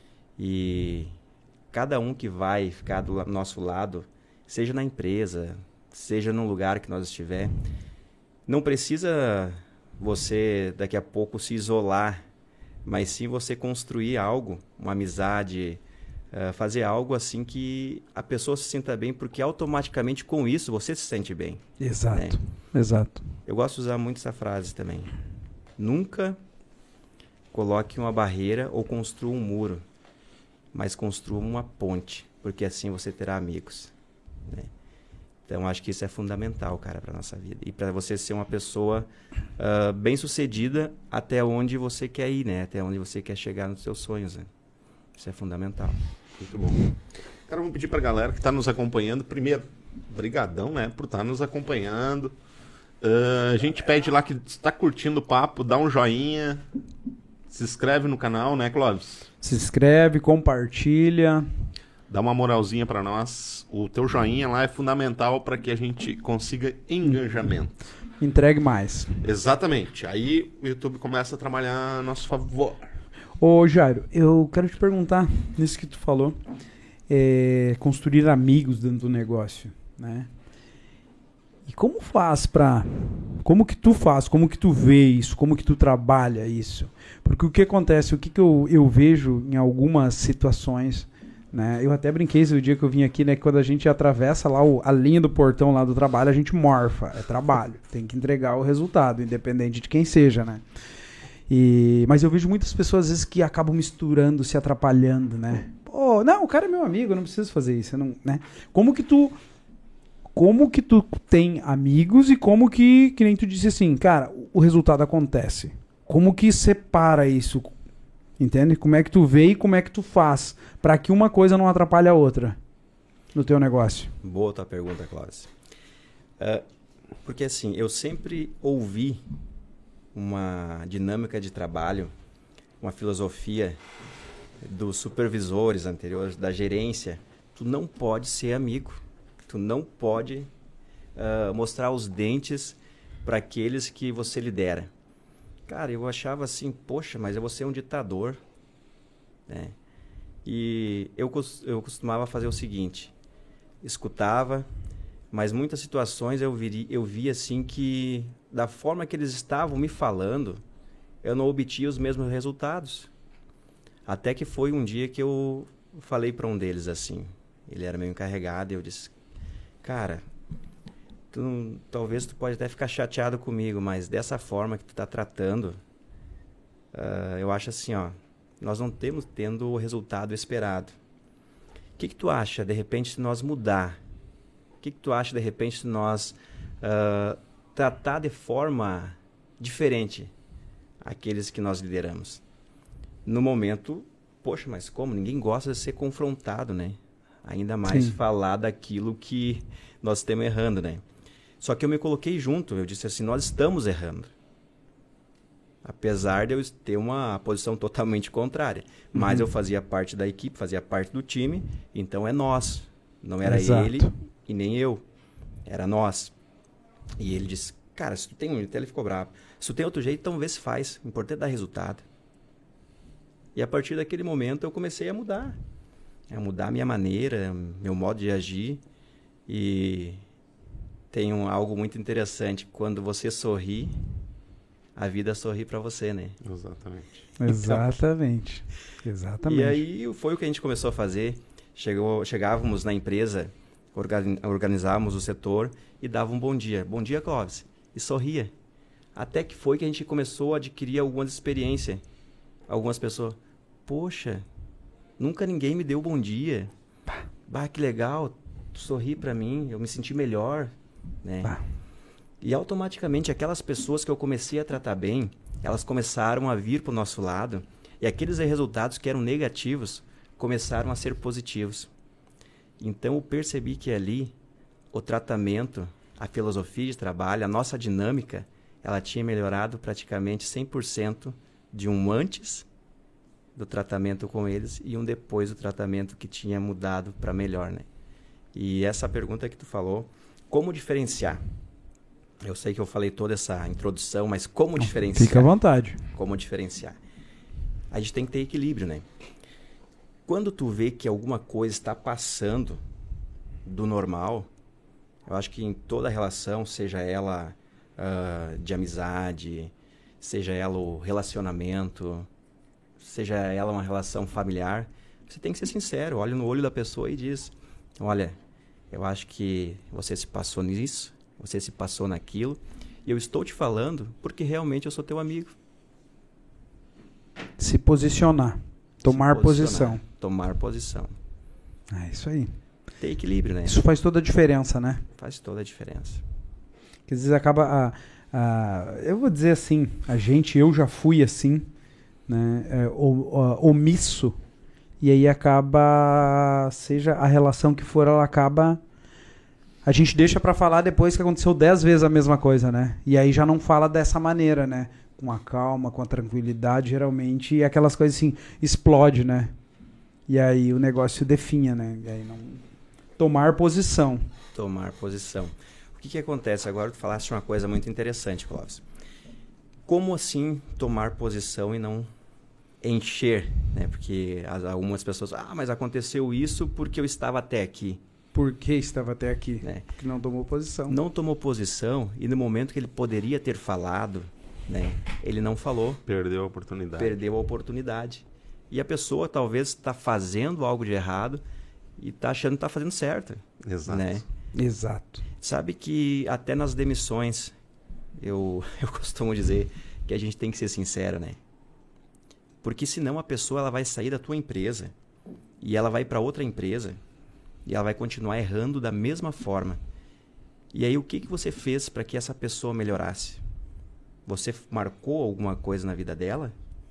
E cada um que vai ficar do nosso lado, seja na empresa, seja no lugar que nós estiver, não precisa você daqui a pouco se isolar, mas sim você construir algo, uma amizade, uh, fazer algo assim que a pessoa se sinta bem, porque automaticamente com isso você se sente bem. Exato, né? exato. Eu gosto de usar muito essa frase também. Nunca coloque uma barreira ou construa um muro, mas construa uma ponte, porque assim você terá amigos, né? Então, acho que isso é fundamental, cara, para nossa vida. E para você ser uma pessoa uh, bem-sucedida até onde você quer ir, né? Até onde você quer chegar nos seus sonhos, né? Isso é fundamental. Muito bom. Cara, vamos pedir para a galera que está nos acompanhando, primeiro, brigadão, né, por estar nos acompanhando. Uh, a gente pede lá que está curtindo o papo, dá um joinha, se inscreve no canal, né, Clóvis? Se inscreve, compartilha. Dá uma moralzinha para nós. O teu joinha lá é fundamental para que a gente consiga engajamento. Entregue mais. Exatamente. Aí o YouTube começa a trabalhar a nosso favor. Ô, Jairo, eu quero te perguntar, nisso que tu falou, é, construir amigos dentro do negócio, né? E como faz pra... Como que tu faz? Como que tu vê isso? Como que tu trabalha isso? Porque o que acontece, o que, que eu, eu vejo em algumas situações... Né? Eu até brinquei esse dia que eu vim aqui, né? Que quando a gente atravessa lá o, a linha do portão lá do trabalho, a gente morfa. É trabalho. Tem que entregar o resultado, independente de quem seja, né? E, mas eu vejo muitas pessoas, às vezes, que acabam misturando, se atrapalhando, né? Pô, não, o cara é meu amigo, eu não preciso fazer isso, eu não, né? Como que tu... Como que tu tem amigos e como que, que nem tu disse assim, cara, o resultado acontece. Como que separa isso? Entende? Como é que tu vê e como é que tu faz para que uma coisa não atrapalhe a outra no teu negócio? Boa tua pergunta, Cláudio. Uh, porque assim, eu sempre ouvi uma dinâmica de trabalho, uma filosofia dos supervisores anteriores, da gerência. Tu não pode ser amigo. Tu não pode uh, mostrar os dentes para aqueles que você lidera. Cara, eu achava assim, poxa, mas eu vou ser um ditador, né? E eu, eu costumava fazer o seguinte, escutava, mas muitas situações eu, viri, eu via assim que da forma que eles estavam me falando, eu não obtinha os mesmos resultados. Até que foi um dia que eu falei para um deles assim, ele era meu encarregado, e eu disse, cara, tu, talvez tu pode até ficar chateado comigo, mas dessa forma que tu tá tratando, uh, eu acho assim, ó, nós não temos tendo o resultado esperado. O que que tu acha, de repente, se nós mudar? O que que tu acha, de repente, se nós uh, tratar de forma diferente aqueles que nós lideramos? No momento, poxa, mas como? Ninguém gosta de ser confrontado, né? Ainda mais Sim. falar daquilo que nós estamos errando, né? Só que eu me coloquei junto, eu disse assim, nós estamos errando. Apesar de eu ter uma posição totalmente contrária. Mas uhum. eu fazia parte da equipe, fazia parte do time, então é nós. Não era Exato. Ele e nem eu. Era nós. E ele disse, cara, se tu tem um... Até ele ficou bravo. Se tu tem outro jeito, então vê se faz. O importante é dar resultado. E a partir daquele momento eu comecei a mudar. A mudar a minha maneira, meu modo de agir. E tem um, algo muito interessante. Quando você sorri, a vida sorri para você, né? Exatamente. Exatamente. Exatamente. E aí foi o que a gente começou a fazer. Chegou, chegávamos na empresa, organizávamos o setor e dava um bom dia. Bom dia, Clóvis. E sorria. Até que foi que a gente começou a adquirir algumas experiências. Algumas pessoas, poxa, nunca ninguém me deu bom dia. Bah, que legal, tu sorri para mim, eu me senti melhor, né? Bah. E automaticamente aquelas pessoas que eu comecei a tratar bem, elas começaram a vir para o nosso lado e aqueles resultados que eram negativos começaram a ser positivos. Então eu percebi que ali o tratamento, a filosofia de trabalho, a nossa dinâmica, ela tinha melhorado praticamente cem por cento de um antes do tratamento com eles e um depois do tratamento que tinha mudado para melhor, né? E essa pergunta que tu falou, como diferenciar? Eu sei que eu falei toda essa introdução, mas como diferenciar? Fica à vontade. Como diferenciar? A gente tem que ter equilíbrio, né? Quando tu vê que alguma coisa está passando do normal, eu acho que em toda relação, seja ela uh, de amizade, seja ela o relacionamento, seja ela uma relação familiar, você tem que ser sincero, olha no olho da pessoa e diz, olha, eu acho que você se passou nisso, você se passou naquilo, e eu estou te falando porque realmente eu sou teu amigo. Se posicionar, tomar se posicionar, posição. Tomar posição. É isso aí. Ter equilíbrio, né? Isso faz toda a diferença, né? Faz toda a diferença. Porque às vezes acaba... A, a, eu vou dizer assim, a gente, eu já fui assim, né? É, o, o, omisso, e aí acaba, seja a relação que for, ela acaba... A gente deixa pra falar depois que aconteceu dez vezes a mesma coisa, né? E aí já não fala dessa maneira, né? Com a calma, com a tranquilidade, geralmente, e aquelas coisas assim, explode, né? E aí o negócio definha, né? E aí não... Tomar posição. Tomar posição. O que que acontece? Agora tu falaste uma coisa muito interessante, Clóvis. Como assim tomar posição e não encher, né? Porque algumas pessoas, ah, mas aconteceu isso porque eu estava até aqui. Por que estava até aqui? Né? Porque não tomou posição. Não tomou posição e no momento que ele poderia ter falado, né? Ele não falou. Perdeu a oportunidade. Perdeu a oportunidade. E a pessoa talvez está fazendo algo de errado e está achando que está fazendo certo. Exato. Né? Exato. Sabe que até nas demissões, eu, eu costumo dizer que a gente tem que ser sincero, né? Porque senão a pessoa ela vai sair da tua empresa e ela vai para outra empresa e ela vai continuar errando da mesma forma. E aí o que, que você fez para que essa pessoa melhorasse? Você marcou alguma coisa na vida dela?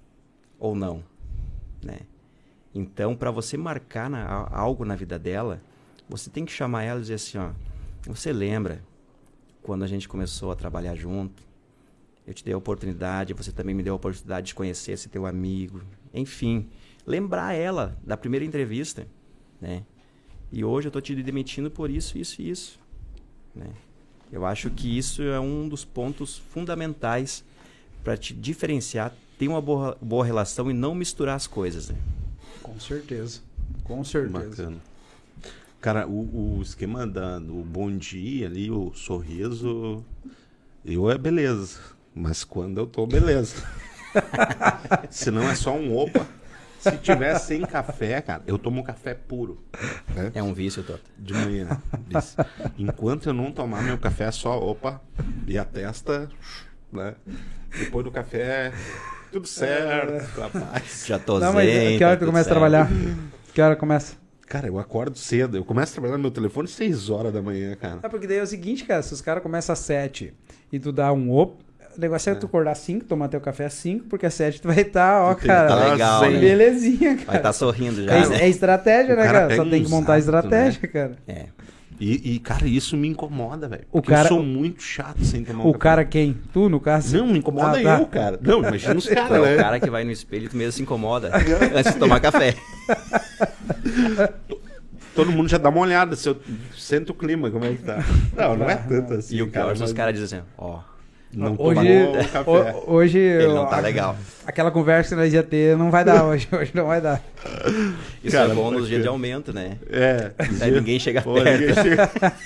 Ou não? Né? Então, para você marcar na, algo na vida dela, você tem que chamar ela e dizer assim, ó, você lembra quando a gente começou a trabalhar junto? Eu te dei a oportunidade, você também me deu a oportunidade de conhecer esse teu amigo. Enfim, lembrar ela da primeira entrevista, né? E hoje eu estou te demitindo por isso, isso e isso. Né? Eu acho que isso é um dos pontos fundamentais para te diferenciar, ter uma boa, boa relação e não misturar as coisas. Né? Com certeza. Com certeza. Bacana. Cara, o, o esquema da, do bom dia ali, o sorriso, eu é beleza. Mas quando eu tô, beleza. Se não é só um opa. Se tiver sem café, cara, eu tomo café puro. Né? É um vício, Toto. De manhã. Isso. Enquanto eu não tomar meu café, só opa. E a testa, né? Depois do café, tudo certo, rapaz. Já tô Não, mas zen, que hora tá tu tudo começa a certo. trabalhar? Que hora começa? Cara, eu acordo cedo. Eu começo a trabalhar no meu telefone às seis horas da manhã, cara. É porque daí é o seguinte, cara, se os caras começam às sete e tu dá um op, o negócio é, é tu acordar às cinco, tomar teu café às cinco, porque às sete tu vai estar, ó, Tu tem que cara, tá legal, bem né? belezinha, Vai cara. estar sorrindo já, É, né? é estratégia, O né, cara cara? Só pega tem que uns montar a hábitos, estratégia, cara. É. E, e, cara, isso me incomoda, velho. O Porque cara- eu sou muito chato sem tomar um O café. cara quem? Tu, no caso? Não, me incomoda Ah, tá. eu, cara. Não, imagina os Tu caras, é né? o cara que vai no espelho e tu mesmo se incomoda antes de tomar café. Todo mundo já dá uma olhada, se eu sento o clima, como é que tá. Não, não é tanto assim. E o pior, mas os caras dizem assim, ó, não Hoje, tomou o café. ho- hoje ele não tá a- legal. Aquela conversa que nós ia ter não vai dar hoje. Hoje não vai dar. Isso Cara, é bom nos pode dias crer. de aumento, né? É. Daí ninguém chega Pô, perto. ninguém chega-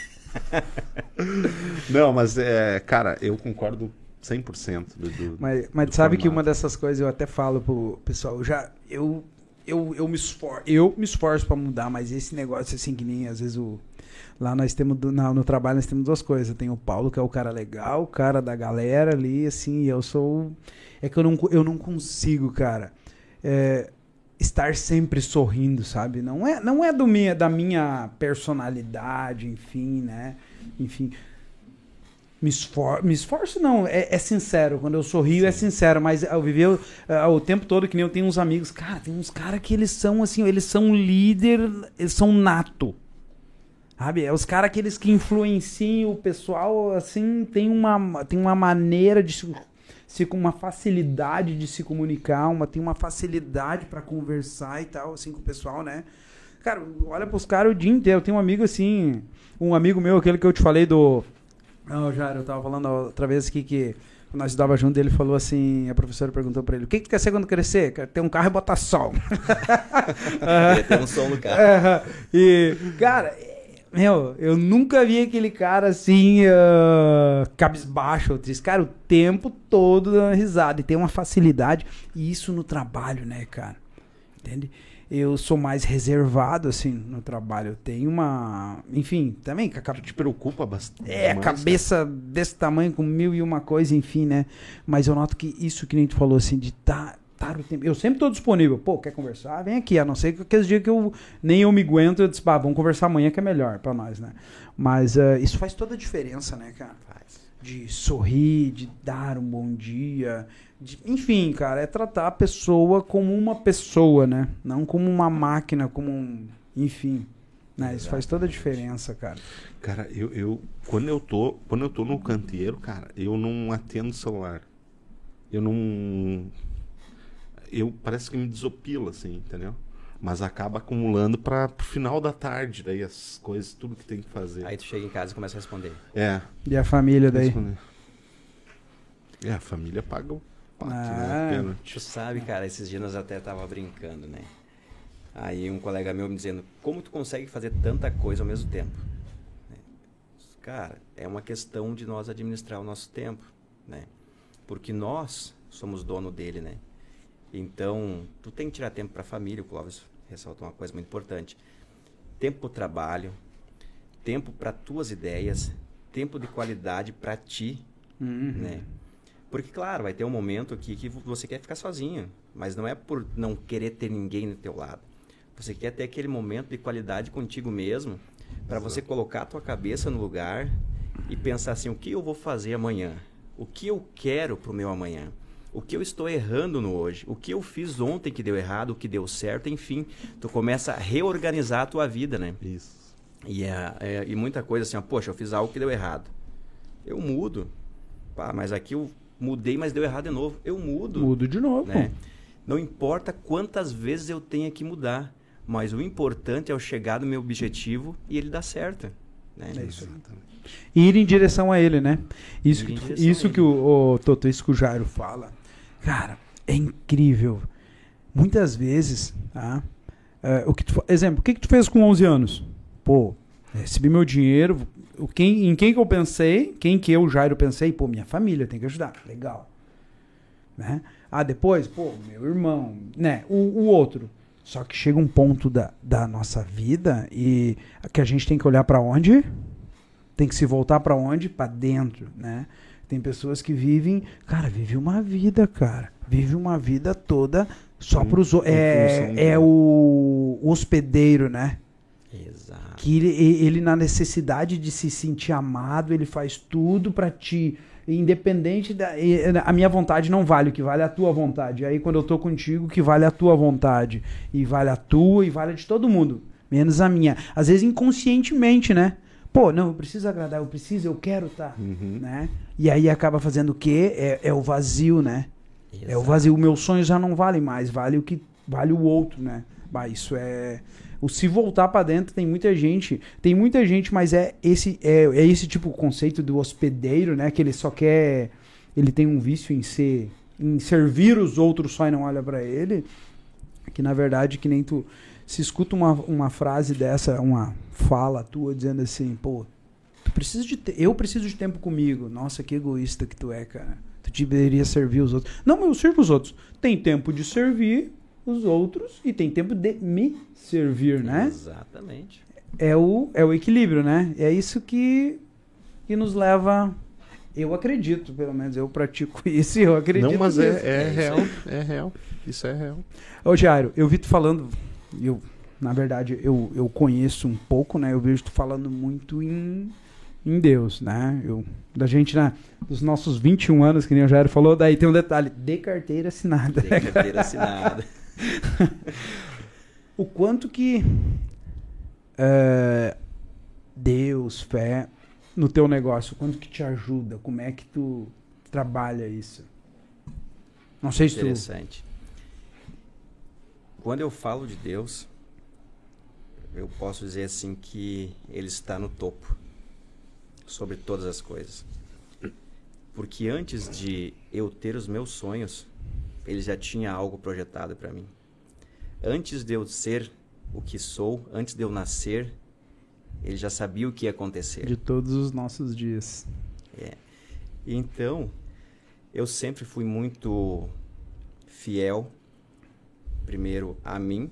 Não, mas, é, cara, eu concordo cem por cento do, do Mas, mas do sabe que formato. uma dessas coisas eu até falo pro pessoal, eu já eu eu, eu me esforço, eu me esforço para mudar, mas esse negócio assim que nem às vezes o lá nós temos do- na- no trabalho nós temos duas coisas, tem o Paulo que é o cara legal, o cara da galera ali assim, e eu sou é que eu não co- eu não consigo, cara. É, estar sempre sorrindo, sabe? Não é não é do minha da minha personalidade, enfim, né? Enfim, me, esfor me esforço não, é, é sincero. Quando eu sorrio é sincero, mas eu vivi uh, o tempo todo que nem eu tenho uns amigos. Cara, tem uns caras que eles são assim, eles são líder, eles são nato. Sabe? É os caras aqueles que influenciam o pessoal, assim, tem uma, tem uma maneira de se, se com uma facilidade de se comunicar, uma, tem uma facilidade pra conversar e tal, assim, com o pessoal, né? Cara, olha pros caras o dia inteiro. Eu tenho um amigo assim, um amigo meu, aquele que eu te falei do... Não, Jairo, eu tava falando outra vez aqui que quando nós estudávamos junto, ele falou assim, a professora perguntou pra ele, o que que tu quer ser quando crescer? Quer ter um carro e botar sol. Queria ter um som no carro. É, e, cara, meu, eu nunca vi aquele cara assim, uh, cabisbaixo ou triste. Cara, o tempo todo dando risada. E tem uma facilidade. E isso no trabalho, né, cara? Entende? Eu sou mais reservado, assim, no trabalho. Eu tenho uma... Enfim, também... com a Tu te preocupa bastante. é, demais, cabeça desse tamanho, com mil e uma coisa, enfim, né? Mas eu noto que isso que nem tu falou, assim, de estar tá, tá o tempo... Eu sempre tô disponível. Pô, quer conversar? Vem aqui. A não ser que aqueles dias que eu nem eu me aguento, eu disse, pá, vamos conversar amanhã que é melhor pra nós, né? Mas uh, isso faz toda a diferença, né, cara? Faz. De sorrir, de dar um bom dia... de- enfim, cara, é tratar a pessoa como uma pessoa, né? Não como uma máquina, como um... Enfim... Né? Isso faz toda a diferença, cara. Cara, eu, eu quando eu tô, quando eu tô no canteiro, cara, eu não atendo celular. Eu não eu parece que me desopila assim, entendeu? Mas acaba acumulando para pro final da tarde, daí as coisas, tudo que tem que fazer. Aí tu chega em casa e começa a responder. É. E a família daí? responder. É, a família paga o pato, Ah, né? Pênalti. Tu sabe, cara, esses dias nós até tava brincando, né? Aí um colega meu me dizendo, como tu consegue fazer tanta coisa ao mesmo tempo? Né? Cara, é uma questão de nós administrar o nosso tempo, né? Porque nós somos dono dele, né? Então, tu tem que tirar tempo para a família, o Clóvis ressaltou uma coisa muito importante. Tempo para o trabalho, tempo para tuas ideias, tempo de qualidade para ti, Uhum. né? Porque, claro, vai ter um momento aqui que você quer ficar sozinho, mas não é por não querer ter ninguém do teu lado. Você quer ter aquele momento de qualidade contigo mesmo, para você colocar a tua cabeça no lugar e pensar assim, o que eu vou fazer amanhã? O que eu quero pro meu amanhã? O que eu estou errando no hoje? O que eu fiz ontem que deu errado, o que deu certo? Enfim, tu começa a reorganizar a tua vida, né? Isso. E, é, é, e muita coisa assim, ó, poxa, eu fiz algo que deu errado. Eu mudo. Pá, mas aqui eu mudei, mas deu errado de novo. Eu mudo. Mudo de novo. Né? Não importa quantas vezes eu tenha que mudar, mas o importante é eu chegar no meu objetivo e ele dar certo. Né? É isso aí. E ir em direção a ele, né? Isso Ir em que, tu- direção isso a que o, o Toto, isso que o Jairo fala, cara, é incrível. Muitas vezes, tá? É, o que tu, fa- exemplo, o que, que tu fez com onze anos? Pô, recebi meu dinheiro, o quem, em quem que eu pensei, quem que eu, Jairo, pensei, pô, minha família tem que ajudar, legal. Né? Ah, depois, pô, meu irmão, né, o, o outro. Só que chega um ponto da, da nossa vida e que a gente tem que olhar para onde? Tem que se voltar para onde? Para dentro, né? Tem pessoas que vivem, cara, vive uma vida, cara. Vive uma vida toda só para os outros. É, é o hospedeiro, né? Exato. Que ele, ele, na necessidade de se sentir amado, ele faz tudo para ti. Independente da... A minha vontade não vale, o que vale é a tua vontade. Aí quando eu tô contigo, o que vale é a tua vontade. E vale a tua e vale a de todo mundo. Menos a minha. Às vezes inconscientemente, né? Pô, não, eu preciso agradar, eu preciso, eu quero tá, Uhum. né? E aí acaba fazendo o quê? É, é o vazio, né? Exato. É o vazio. O meu sonho já não vale mais, vale o que vale o outro, né? Bah, isso é... O se voltar pra dentro tem muita gente, tem muita gente, mas é esse, é, é esse tipo de conceito do hospedeiro, né? Que ele só quer, ele tem um vício em ser, em servir os outros só e não olha pra ele. Que na verdade, que nem tu, se escuta uma, uma frase dessa, uma fala tua dizendo assim, pô, tu precisa de te- eu preciso de tempo comigo. Nossa, que egoísta que tu é, cara. Tu deveria servir os outros. Não, mas eu sirvo os outros. Tem tempo de servir os outros e tem tempo de me servir, né? Exatamente. É o, é o equilíbrio, né? É isso que, que nos leva... Eu acredito, pelo menos eu pratico isso e eu acredito Não, mas nisso. é, é É isso real, aí. é real. Isso é real. Ô, Jairo, eu vi tu falando... Eu, na verdade, eu, eu conheço um pouco, né? Eu vejo tu falando muito em, em Deus, né? Eu, da gente, né? Dos nossos vinte e um anos, que nem o Jairo falou, daí tem um detalhe, de carteira assinada. Tem carteira assinada. O quanto que é, Deus, fé, no teu negócio, o quanto que te ajuda, como é que tu trabalha isso? Não sei se tu... Interessante. Quando eu falo de Deus, eu posso dizer assim que Ele está no topo, sobre todas as coisas. Porque antes de eu ter os meus sonhos, Ele já tinha algo projetado para mim. Antes de eu ser o que sou, antes de eu nascer, Ele já sabia o que ia acontecer. De todos os nossos dias. É. Então, eu sempre fui muito fiel, primeiro a mim,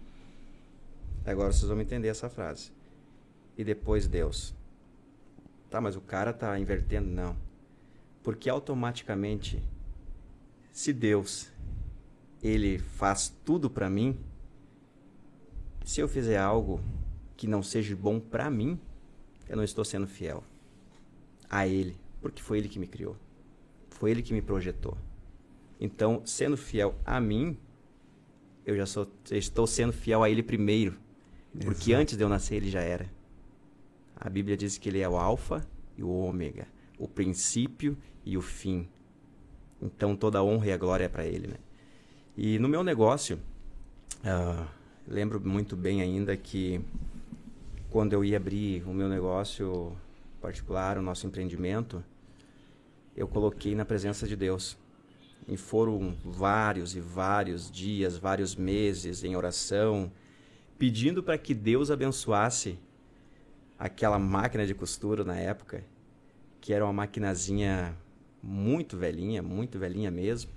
agora vocês vão me entender essa frase, e depois Deus. Tá, mas o cara tá invertendo? Não. Porque automaticamente, se Deus, Ele faz tudo pra mim, se eu fizer algo que não seja bom pra mim, eu não estou sendo fiel a Ele, porque foi Ele que me criou. Foi Ele que me projetou. Então, sendo fiel a mim, eu já sou, eu estou sendo fiel a Ele primeiro. Porque Exato. antes de eu nascer, Ele já era. A Bíblia diz que Ele é o alfa e o ômega, o princípio e o fim. Então, toda a honra e a glória é para Ele, né? E no meu negócio, uh, lembro muito bem ainda que quando eu ia abrir o meu negócio particular, o nosso empreendimento, eu coloquei na presença de Deus. E foram vários e vários dias, vários meses em oração, pedindo para que Deus abençoasse aquela máquina de costura na época, que era uma maquinazinha muito velhinha, muito velhinha mesmo.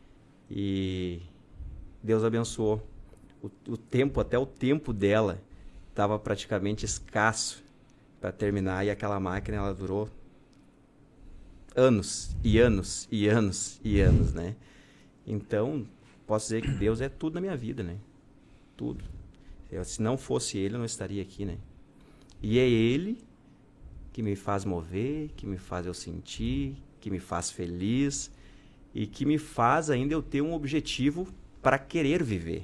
E Deus abençoou. O, o tempo, até o tempo dela, estava praticamente escasso para terminar, e aquela máquina ela durou anos e anos e anos e anos, né? Então, posso dizer que Deus é tudo na minha vida, né? Tudo. Eu, se não fosse Ele, eu não estaria aqui, né? E é Ele que me faz mover, que me faz eu sentir, que me faz feliz e que me faz ainda eu ter um objetivo para querer viver.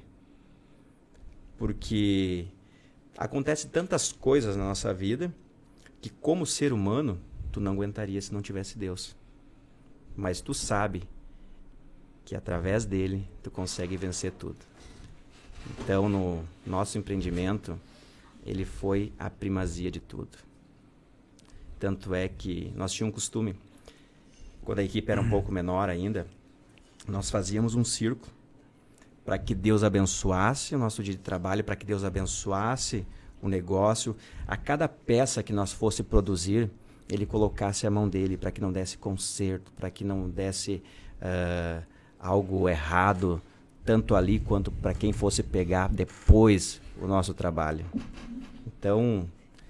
Porque acontece tantas coisas na nossa vida que, como ser humano, tu não aguentaria se não tivesse Deus. Mas tu sabe que através dele tu consegue vencer tudo. Então, no nosso empreendimento, ele foi a primazia de tudo. Tanto é que nós tínhamos um costume, quando a equipe era um pouco menor ainda, nós fazíamos um círculo para que Deus abençoasse o nosso dia de trabalho, para que Deus abençoasse o negócio, a cada peça que nós fosse produzir, ele colocasse a mão dele para que não desse conserto, para que não desse uh, algo errado, tanto ali quanto para quem fosse pegar depois o nosso trabalho. Então,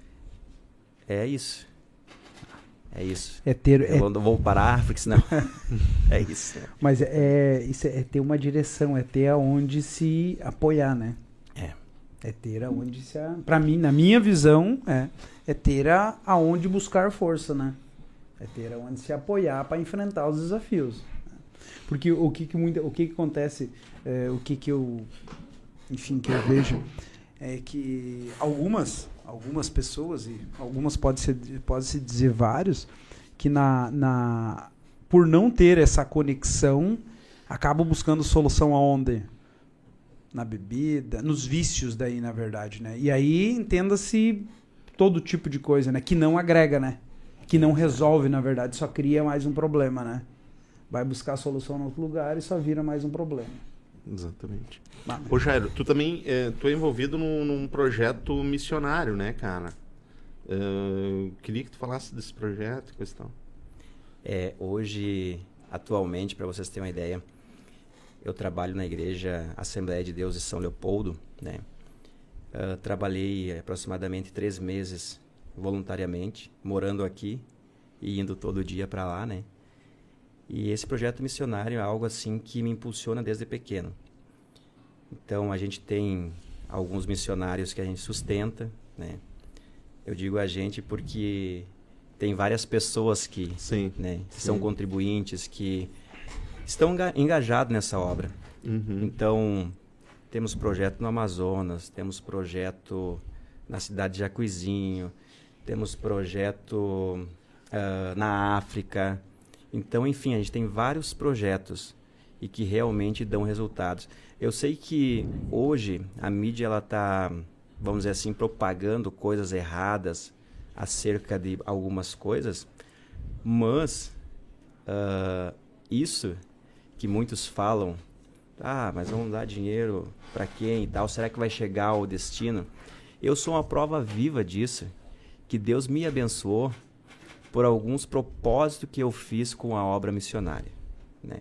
é isso. É isso. É ter, Eu é... não vou parar, porque senão... é isso. Mas é, é, isso é ter uma direção, é ter aonde se apoiar, né? É. É ter aonde se... A... Pra mim, na minha visão, é, é ter a, aonde buscar força, né? É ter aonde se apoiar para enfrentar os desafios. Porque o que que, muita, o que, que acontece, é, o que que eu... Enfim, que eu vejo é que algumas... algumas pessoas, e algumas pode ser, pode se dizer vários, que na, na, por não ter essa conexão, acabam buscando solução aonde? Na bebida, nos vícios daí, na verdade, né? E aí, entenda-se todo tipo de coisa, né? Que não agrega, né? Que não resolve, na verdade, só cria mais um problema, né? Vai buscar a solução em outro lugar e só vira mais um problema. Exatamente. Ah, Ô Jairo, tu também é, tu é envolvido num, num projeto missionário, né, cara? Uh, queria que tu falasse desse projeto e questão. É, hoje, atualmente, para vocês terem uma ideia, eu trabalho na igreja Assembleia de Deus de São Leopoldo, né? Uh, trabalhei aproximadamente três meses voluntariamente, morando aqui e indo todo dia para lá, né? E esse projeto missionário é algo assim que me impulsiona desde pequeno. Então, a gente tem alguns missionários que a gente sustenta, né? Eu digo a gente porque tem várias pessoas que, sim, né, sim. são contribuintes, que estão engajados nessa obra. Uhum. Então, temos projeto no Amazonas, temos projeto na cidade de Jacuizinho, temos projeto uh, na África. Então, enfim, a gente tem vários projetos e que realmente dão resultados. Eu sei que hoje a mídia ela está, vamos dizer assim, propagando coisas erradas acerca de algumas coisas, mas uh, isso que muitos falam, ah, mas vamos dar dinheiro para quem e tal, será que vai chegar ao destino? Eu sou uma prova viva disso, que Deus me abençoou por alguns propósitos que eu fiz com a obra missionária, né?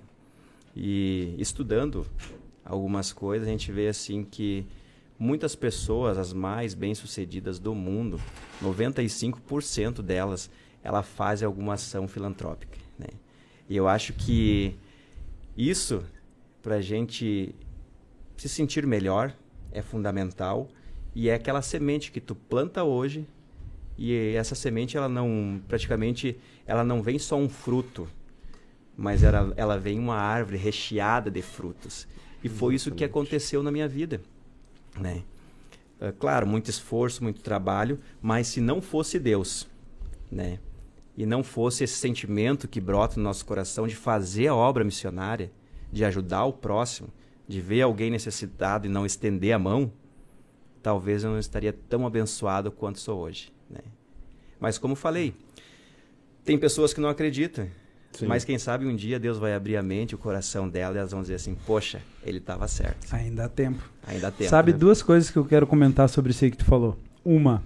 E estudando algumas coisas, a gente vê assim que muitas pessoas, as mais bem-sucedidas do mundo, noventa e cinco por cento delas, ela fazem alguma ação filantrópica, né? E eu acho que isso, para a gente se sentir melhor, é fundamental, e é aquela semente que tu planta hoje, e essa semente, ela não, praticamente, ela não vem só um fruto, mas ela, ela vem uma árvore recheada de frutos. E foi isso que aconteceu na minha vida, né? É, claro, muito esforço, muito trabalho, mas se não fosse Deus, né? E não fosse esse sentimento que brota no nosso coração de fazer a obra missionária, de ajudar o próximo, de ver alguém necessitado e não estender a mão, talvez eu não estaria tão abençoado quanto sou hoje, né? Mas como falei, tem pessoas que não acreditam. Sim. Mas quem sabe um dia Deus vai abrir a mente, o coração dela, e elas vão dizer assim, poxa, ele estava certo. Ainda há tempo. Ainda há tempo. Sabe, né? Duas coisas que eu quero comentar sobre isso aí que tu falou. Uma,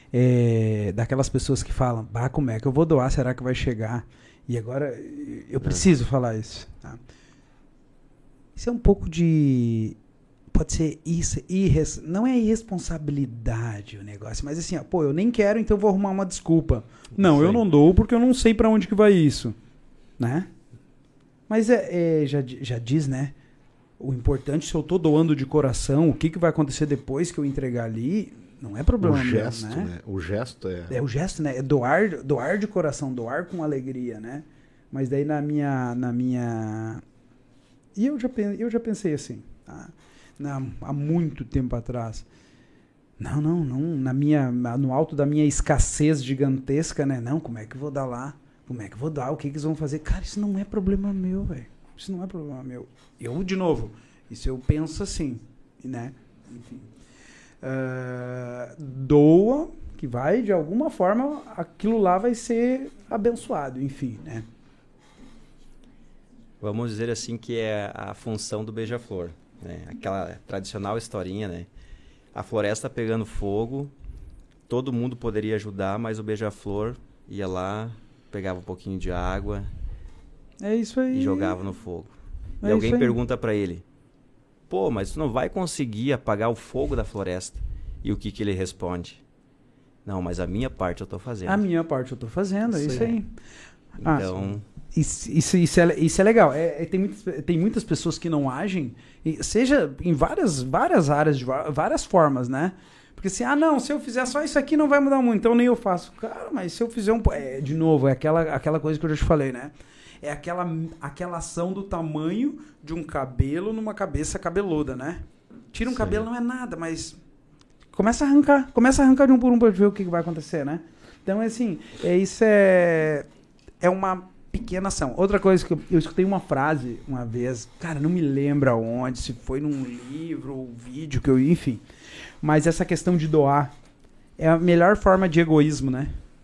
é daquelas pessoas que falam, bah, como é que eu vou doar? Será que vai chegar? E agora, eu preciso é. falar isso. Tá? Isso é um pouco de... Pode ser isso, irres, não é irresponsabilidade o negócio, mas assim, ó, pô, eu nem quero, então eu vou arrumar uma desculpa. Não, Sim. eu não dou porque eu não sei para onde que vai isso, né? Mas é, é, já, já diz, né? O importante, se eu tô doando de coração, o que, que vai acontecer depois que eu entregar ali, não é problema o gesto, mesmo, né? né? O gesto é... É o gesto, né? É doar, doar de coração, doar com alegria, né? Mas daí na minha... Na minha... E eu já, eu já pensei assim, tá? Na, há muito tempo atrás. Não, não, não. Na minha, no alto da minha escassez gigantesca, né? Não, como é que eu vou dar lá? Como é que eu vou dar? O que, que eles vão fazer? Cara, isso não é problema meu, velho. Isso não é problema meu. Eu, de novo, isso eu penso assim, né? Enfim. Uh, doa, que vai, de alguma forma, aquilo lá vai ser abençoado, enfim, né? Vamos dizer assim que é a função do beija-flor. Né? Aquela tradicional historinha, né? A floresta pegando fogo todo mundo poderia ajudar, mas o Beija-Flor ia lá, pegava um pouquinho de água É isso aí. e jogava no fogo. É e alguém isso aí. pergunta para ele, pô, mas tu não vai conseguir apagar o fogo da floresta. E o que, que ele responde? Não, mas a minha parte eu tô fazendo. A minha parte eu tô fazendo, é Isso isso aí. aí. Ah, Então, Isso, isso, isso, é, isso é legal. É, é, tem, muitas, tem muitas pessoas que não agem, e seja em várias, várias áreas, de va- várias formas, né? Porque assim, ah, não, se eu fizer só isso aqui não vai mudar muito, então nem eu faço. Cara, mas se eu fizer um... po- É, de novo, é aquela, aquela coisa que eu já te falei, né? É aquela, aquela ação do tamanho de um cabelo numa cabeça cabeluda, né? Tira um Sim. cabelo, não é nada, mas começa a arrancar. Começa a arrancar de um por um pra ver o que que vai acontecer, né? Então, é assim, é, isso é... É uma pequena ação. Outra coisa que eu, eu escutei uma frase uma vez, cara, não me lembro aonde, se foi num livro ou vídeo que eu, enfim. Mas essa questão de doar é a melhor forma de egoísmo, né?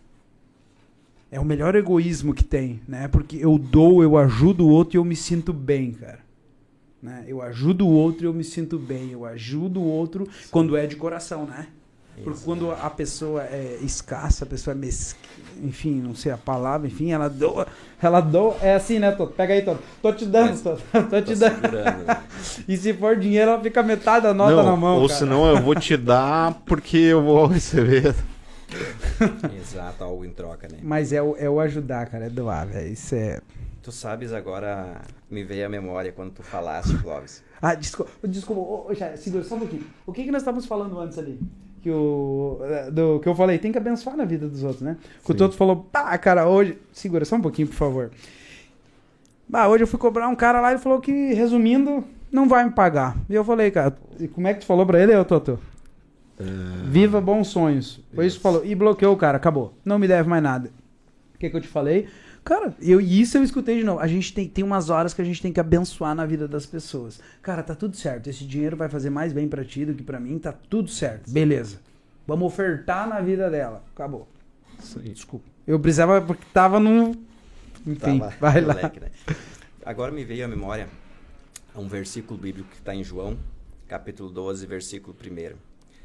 É o melhor egoísmo que tem, né? Porque eu dou, eu ajudo o outro e eu me sinto bem, cara. Né? Eu ajudo o outro e eu me sinto bem. Eu ajudo o outro quando é de coração, né? Porque quando a pessoa é escassa, a pessoa é mesquinha, enfim, não sei a palavra, enfim, ela doa, ela doa, é assim, né, Toto? Pega aí, Toto. Tô te dando, Mas- Toto. Tô te tô dando. segurando, né? E se for dinheiro, ela fica metade da nota Não, na mão, ou cara. senão eu vou te dar porque eu vou receber. Exato, algo em troca, né? Mas é o, é o ajudar, cara, é doar, velho. Isso é... Tu sabes agora, me veio à memória quando tu falaste, Clóvis. Ah, desculpa, desculpa, ô, ô, Chay, segura só um pouquinho. O que que nós estávamos falando antes ali? Que, o, eh, do, que eu falei, tem que abençoar na vida dos outros, né? Que o Sim. Toto falou, pá, cara, hoje... Segura só um pouquinho, por favor. Bah, hoje eu fui cobrar um cara lá e ele falou que, resumindo, não vai me pagar. E eu falei, cara, e como é que tu falou pra ele, ô Toto? Viva bons sonhos. Foi isso que falou. E bloqueou o cara, acabou. Não me deve mais nada. O que que eu te falei? Cara, eu, e isso eu escutei de novo. A gente tem, tem umas horas que a gente tem que abençoar na vida das pessoas. Cara, tá tudo certo. Esse dinheiro vai fazer mais bem pra ti do que pra mim. Tá tudo certo. Beleza. Vamos ofertar na vida dela. Acabou. Isso aí. Desculpa. Eu precisava porque tava num... Enfim, Tava vai lá. moleque, né? Agora me veio à memória um versículo bíblico que está em João, capítulo doze, versículo um.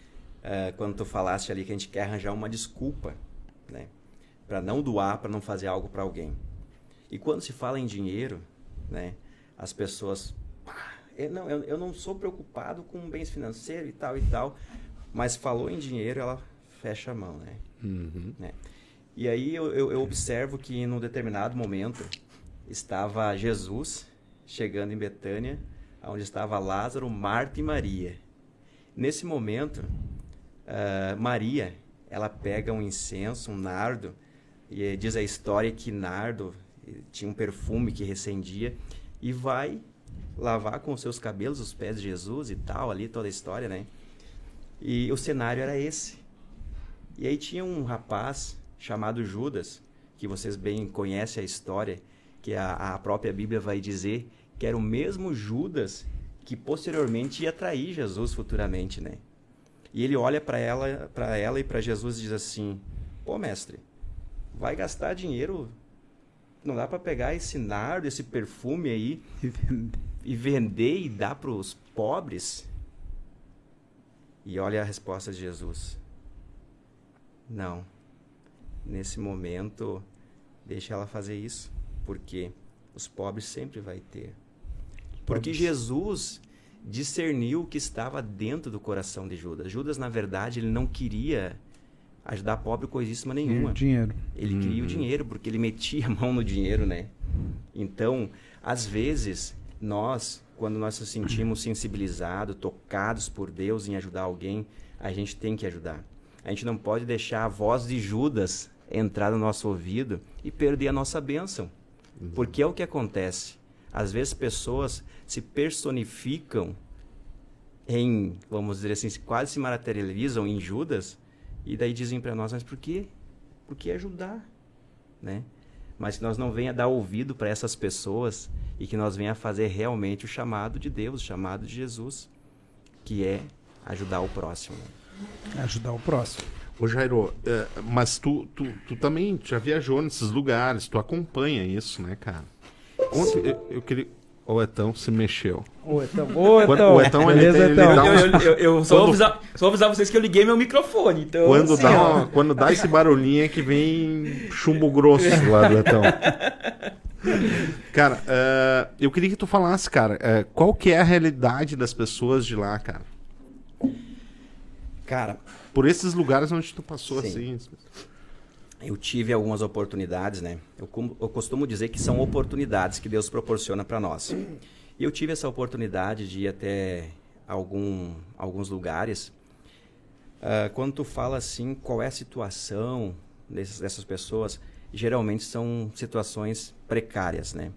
É, quando tu falaste ali que a gente quer arranjar uma desculpa, né? Para não doar, para não fazer algo para alguém. E quando se fala em dinheiro, né? As pessoas... "Ah, eu não, eu, eu não sou preocupado com bens financeiros e tal e tal. Mas falou em dinheiro, ela fecha a mão, né? Uhum. né? E aí eu, eu, eu observo que num determinado momento estava Jesus chegando em Betânia, onde estava Lázaro, Marta e Maria. Nesse momento, uh, Maria, ela pega um incenso, um nardo, e eh, diz a história que nardo eh, tinha um perfume que recendia, e vai lavar com os seus cabelos os pés de Jesus e tal, ali toda a história, né? E o cenário era esse. E aí tinha um rapaz chamado Judas, que vocês bem conhecem a história, que a, a própria Bíblia vai dizer que era o mesmo Judas que posteriormente ia trair Jesus futuramente, né? E ele olha para ela, para ela e para Jesus e diz assim: "Pô, mestre, vai gastar dinheiro? Não dá para pegar esse nardo, esse perfume aí e vender e dar para os pobres?" E olha a resposta de Jesus: "Não. Nesse momento, deixa ela fazer isso, porque os pobres sempre vai ter." Porque Jesus discerniu o que estava dentro do coração de Judas. Judas, na verdade, ele não queria ajudar pobre coisíssima nenhuma. Dinheiro. Ele queria o dinheiro, porque ele metia a mão no dinheiro, né? Então, às vezes, nós, quando nós nos sentimos sensibilizados, tocados por Deus em ajudar alguém, a gente tem que ajudar. A gente não pode deixar a voz de Judas entrar no nosso ouvido e perder a nossa bênção. Porque é o que acontece. Às vezes pessoas se personificam em, vamos dizer assim, quase se materializam em Judas, e daí dizem para nós: mas por quê? Por que ajudar? Né? Mas que nós não venha dar ouvido para essas pessoas e que nós venha fazer realmente o chamado de Deus, o chamado de Jesus, que é ajudar o próximo. Ajudar o próximo. Ô Jairo, é, mas tu, tu, tu também já viajou nesses lugares, tu acompanha isso, né, cara? Ontem, eu, eu queria, O Etão se mexeu. Ô, Etão. Ô, Quando- Etão. o Etão, ele Beleza, tem- ele Etão? dá um- Eu, eu- eu- eu só, vou Quando- avisar, só vou avisar vocês que eu liguei meu microfone. Então, Quando, assim, dá ó. uma- quando dá esse barulhinho é que vem chumbo grosso lá do Etão. Cara, eh, eu queria que tu falasse, cara, eh, qual que é a realidade das pessoas de lá, cara? Cara, Por esses lugares onde tu passou, Sim. assim. eu tive algumas oportunidades, né? Eu, cum- eu costumo dizer que são oportunidades que Deus proporciona para nós. E eu tive essa oportunidade de ir até algum, alguns lugares. Ah, quando tu fala assim, qual é a situação dessas, dessas pessoas, geralmente são situações precárias, né?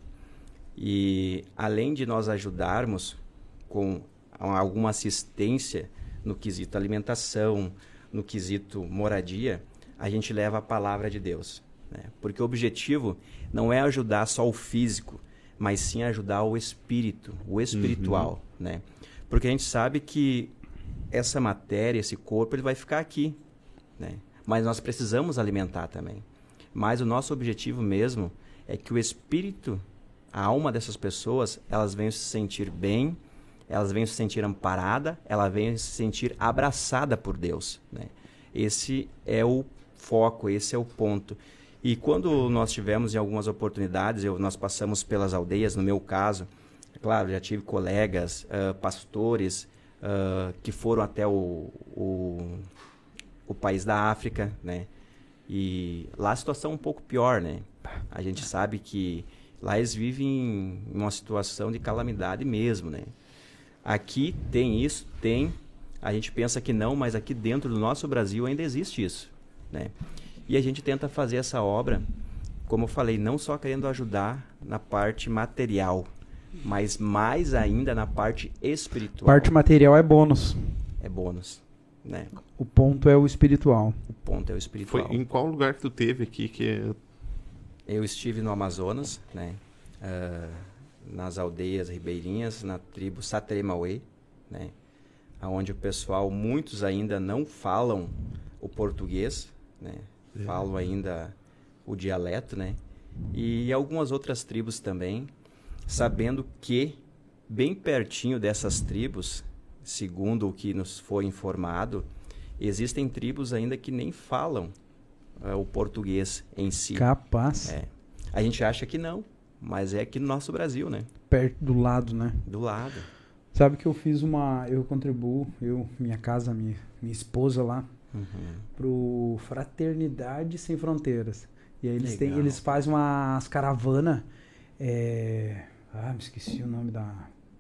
E além de nós ajudarmos com alguma assistência no quesito alimentação, no quesito moradia, a gente leva a palavra de Deus, né? Porque o objetivo não é ajudar só o físico, mas sim ajudar o espírito, o espiritual, né? Porque a gente sabe que essa matéria, esse corpo, ele vai ficar aqui, né? Mas nós precisamos alimentar também. Mas o nosso objetivo mesmo é que o espírito, a alma dessas pessoas, elas venham se sentir bem, elas venham se sentir amparada, elas venham se sentir abraçada por Deus, né? Esse é o foco, esse é o ponto. E quando nós tivemos em algumas oportunidades, eu, nós passamos pelas aldeias, no meu caso, é claro, já tive colegas, uh, pastores, uh, que foram até o, o, o país da África, né? E lá a situação é um pouco pior, né? A gente sabe que lá eles vivem em uma situação de calamidade mesmo, né? Aqui tem isso, tem. A gente pensa que não, mas aqui dentro do nosso Brasil ainda existe isso, né? E a gente tenta fazer essa obra, como eu falei, não só querendo ajudar na parte material, mas mais ainda na parte espiritual. Parte material é bônus. É bônus, né? O ponto é o espiritual. O ponto é o espiritual. Foi em qual lugar que tu teve aqui que... Eu estive no Amazonas, né? Uh, nas aldeias ribeirinhas, na tribo Sateremauê, né? Onde o pessoal, muitos ainda não falam o português, né? É. Falam ainda o dialeto, né? E algumas outras tribos também, sabendo que bem pertinho dessas tribos, segundo o que nos foi informado, existem tribos ainda que nem falam uh, o português em si. Capaz. É. A gente acha que não, mas é aqui no nosso Brasil, né? Perto do lado, né? Do lado. Sabe que eu fiz uma... Eu contribuo, eu, minha casa, minha, minha esposa lá, Uhum. pro Fraternidade Sem Fronteiras. E aí eles, têm, Legal. eles fazem umas caravanas... É... Ah, me esqueci o nome da...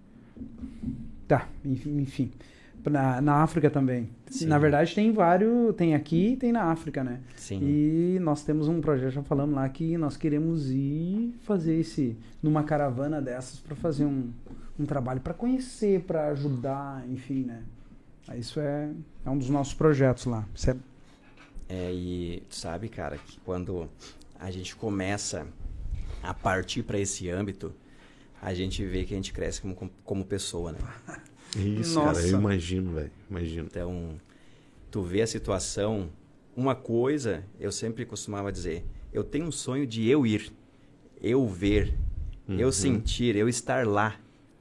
Tá, enfim. enfim. Na, na África também. Sim. Na verdade tem vários... Tem aqui e tem na África, né? Sim. E nós temos um projeto, já falamos lá, que nós queremos ir fazer esse... Numa caravana dessas para fazer um, um trabalho para conhecer, para ajudar, enfim, né? Isso é, é um dos nossos projetos lá. Isso é... É, e tu sabe, cara, que quando a gente começa a partir para esse âmbito, a gente vê que a gente cresce como, como pessoa, né? Isso, Nossa. cara, eu imagino, velho, imagino. Então, tu vê a situação, uma coisa, eu sempre costumava dizer, eu tenho um sonho de eu ir, eu ver, Uhum. eu sentir, eu estar lá.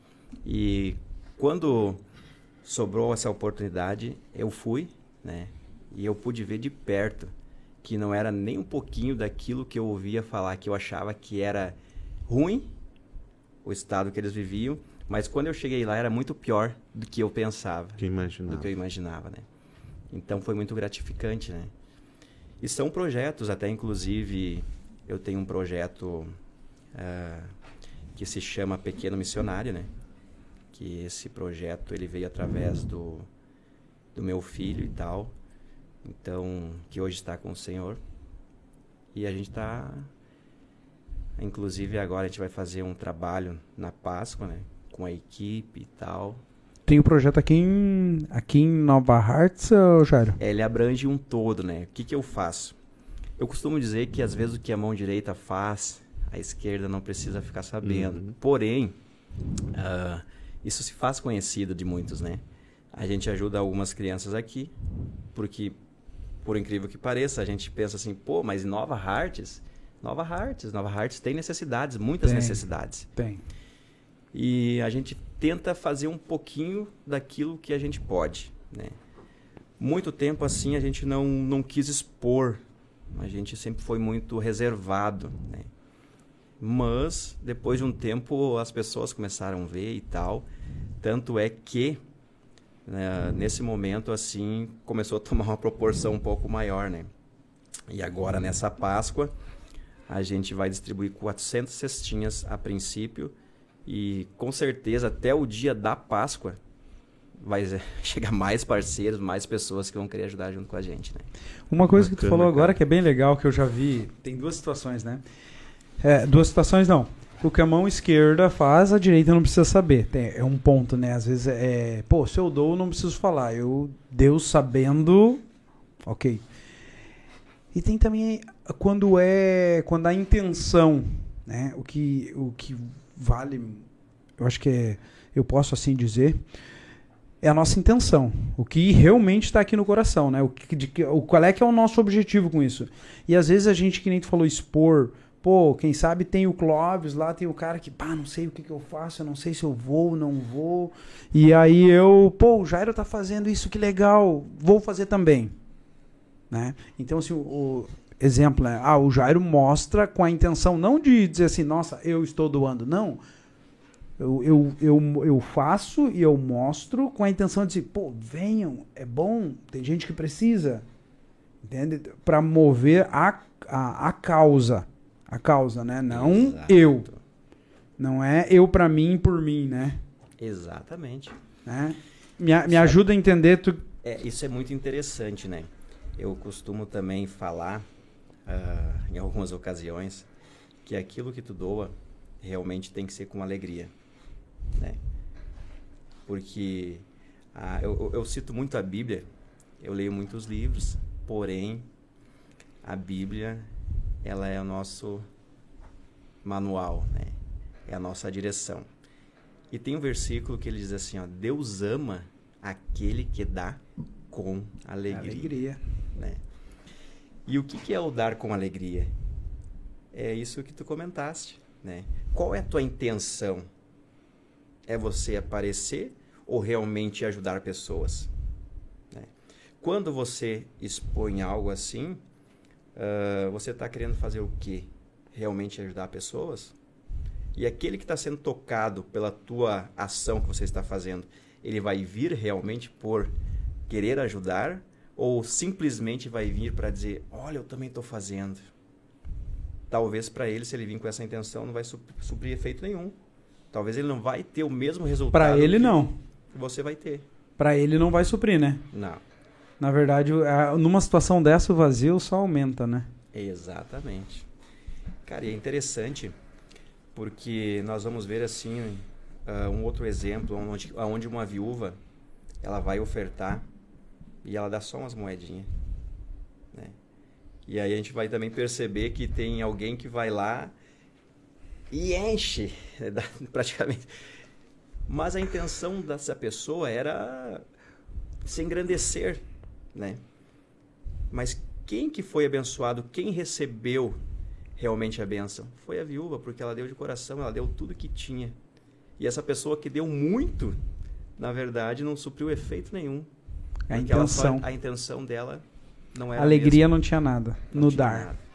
E quando sobrou essa oportunidade, eu fui, né? E eu pude ver de perto que não era nem um pouquinho daquilo que eu ouvia falar, que eu achava que era ruim, o estado que eles viviam, mas quando eu cheguei lá era muito pior do que eu pensava, Que imaginava. do que eu imaginava, né? Então foi muito gratificante, né? E são projetos, até inclusive eu tenho um projeto uh, que se chama Pequeno Missionário, né? Que esse projeto ele veio através do, do meu filho e tal, então que hoje está com o Senhor, e a gente está, inclusive agora a gente vai fazer um trabalho na Páscoa, né? Com a equipe e tal. Tem o projeto aqui em, aqui em Nova Hartz, ou Jairo? É, ele abrange um todo, né? O que que eu faço? Eu costumo dizer que às vezes o que a mão direita faz, a esquerda não precisa ficar sabendo. Uhum. Porém, uh, isso se faz conhecido de muitos, né? A gente ajuda algumas crianças aqui, porque, por incrível que pareça, a gente pensa assim, pô, mas em Nova Hartz, Nova Hartz, Nova Hartz tem necessidades, muitas Tem. necessidades. Tem. E a gente tenta fazer um pouquinho daquilo que a gente pode, né? Muito tempo assim a gente não, não quis expor, a gente sempre foi muito reservado, né? Mas depois de um tempo as pessoas começaram a ver e tal, tanto é que né, nesse momento assim começou a tomar uma proporção um pouco maior, né? E agora nessa Páscoa a gente vai distribuir quatrocentas cestinhas a princípio e com certeza até o dia da Páscoa vai chegar mais parceiros, mais pessoas que vão querer ajudar junto com a gente, né? Uma coisa que tu Bacana, falou agora cara. que é bem legal, que eu já vi, tem duas situações, né? É, duas situações não. O que a mão esquerda faz, a direita não precisa saber. Tem, é um ponto, né? Às vezes é, pô, se eu dou, não preciso falar. Eu, Deus sabendo, ok. E tem também quando é, quando a intenção, né? O que, o que vale, eu acho que é, eu posso assim dizer, é a nossa intenção, o que realmente está aqui no coração, né? O que, de, o, qual é que é o nosso objetivo com isso? E às vezes a gente, que nem tu falou, expor, pô, quem sabe tem o Clóvis lá, tem o cara que, pá, não sei o que, que eu faço, eu não sei se eu vou, não vou. E aí eu, pô, o Jairo tá fazendo isso, que legal, vou fazer também. Né? Então, assim, o, o exemplo, né? Ah, o Jairo mostra com a intenção não de dizer assim, nossa, eu estou doando, não. Eu, eu, eu, eu faço e eu mostro com a intenção de dizer, pô, venham, é bom, tem gente que precisa, entende? Para mover a, a, a causa, a causa, né? Não Exato. eu, não é eu para mim, por mim, né? Exatamente. Né? Me, me ajuda a entender tu... É, isso é muito interessante, né? Eu costumo também falar, uh, em algumas ocasiões, que aquilo que tu doa realmente tem que ser com alegria, né? Porque uh, eu, eu, eu cito muito a Bíblia, eu leio muitos livros, porém a Bíblia, ela é o nosso manual, né? É a nossa direção. E tem um versículo que ele diz assim, ó, Deus ama aquele que dá com alegria. Alegria. Né? E o que, que é o dar com alegria? É isso que tu comentaste, né? Qual é a tua intenção? É você aparecer ou realmente ajudar pessoas? Né? Quando você expõe algo assim, uh, você está querendo fazer o quê? Realmente ajudar pessoas? E aquele que está sendo tocado pela tua ação que você está fazendo, ele vai vir realmente por querer ajudar ou simplesmente vai vir para dizer, olha, eu também estou fazendo? Talvez para ele, se ele vir com essa intenção, não vai suprir efeito nenhum. Talvez ele não vai ter o mesmo resultado. Para ele, que não. Você vai ter. Para ele não vai suprir, né? Não. Na verdade, numa situação dessa, o vazio só aumenta, né? Exatamente. Cara, e é interessante porque nós vamos ver assim uh, um outro exemplo onde, onde uma viúva ela vai ofertar e ela dá só umas moedinhas, né? E aí a gente vai também perceber que tem alguém que vai lá e enche, praticamente. Mas a intenção dessa pessoa era se engrandecer, né? Mas quem que foi abençoado, quem recebeu realmente a bênção? Foi a viúva, porque ela deu de coração, ela deu tudo que tinha. E essa pessoa que deu muito, na verdade, não supriu efeito nenhum. A Porque ela intenção. só, a intenção dela não era A alegria a mesma. não tinha nada Não no tinha dar. nada.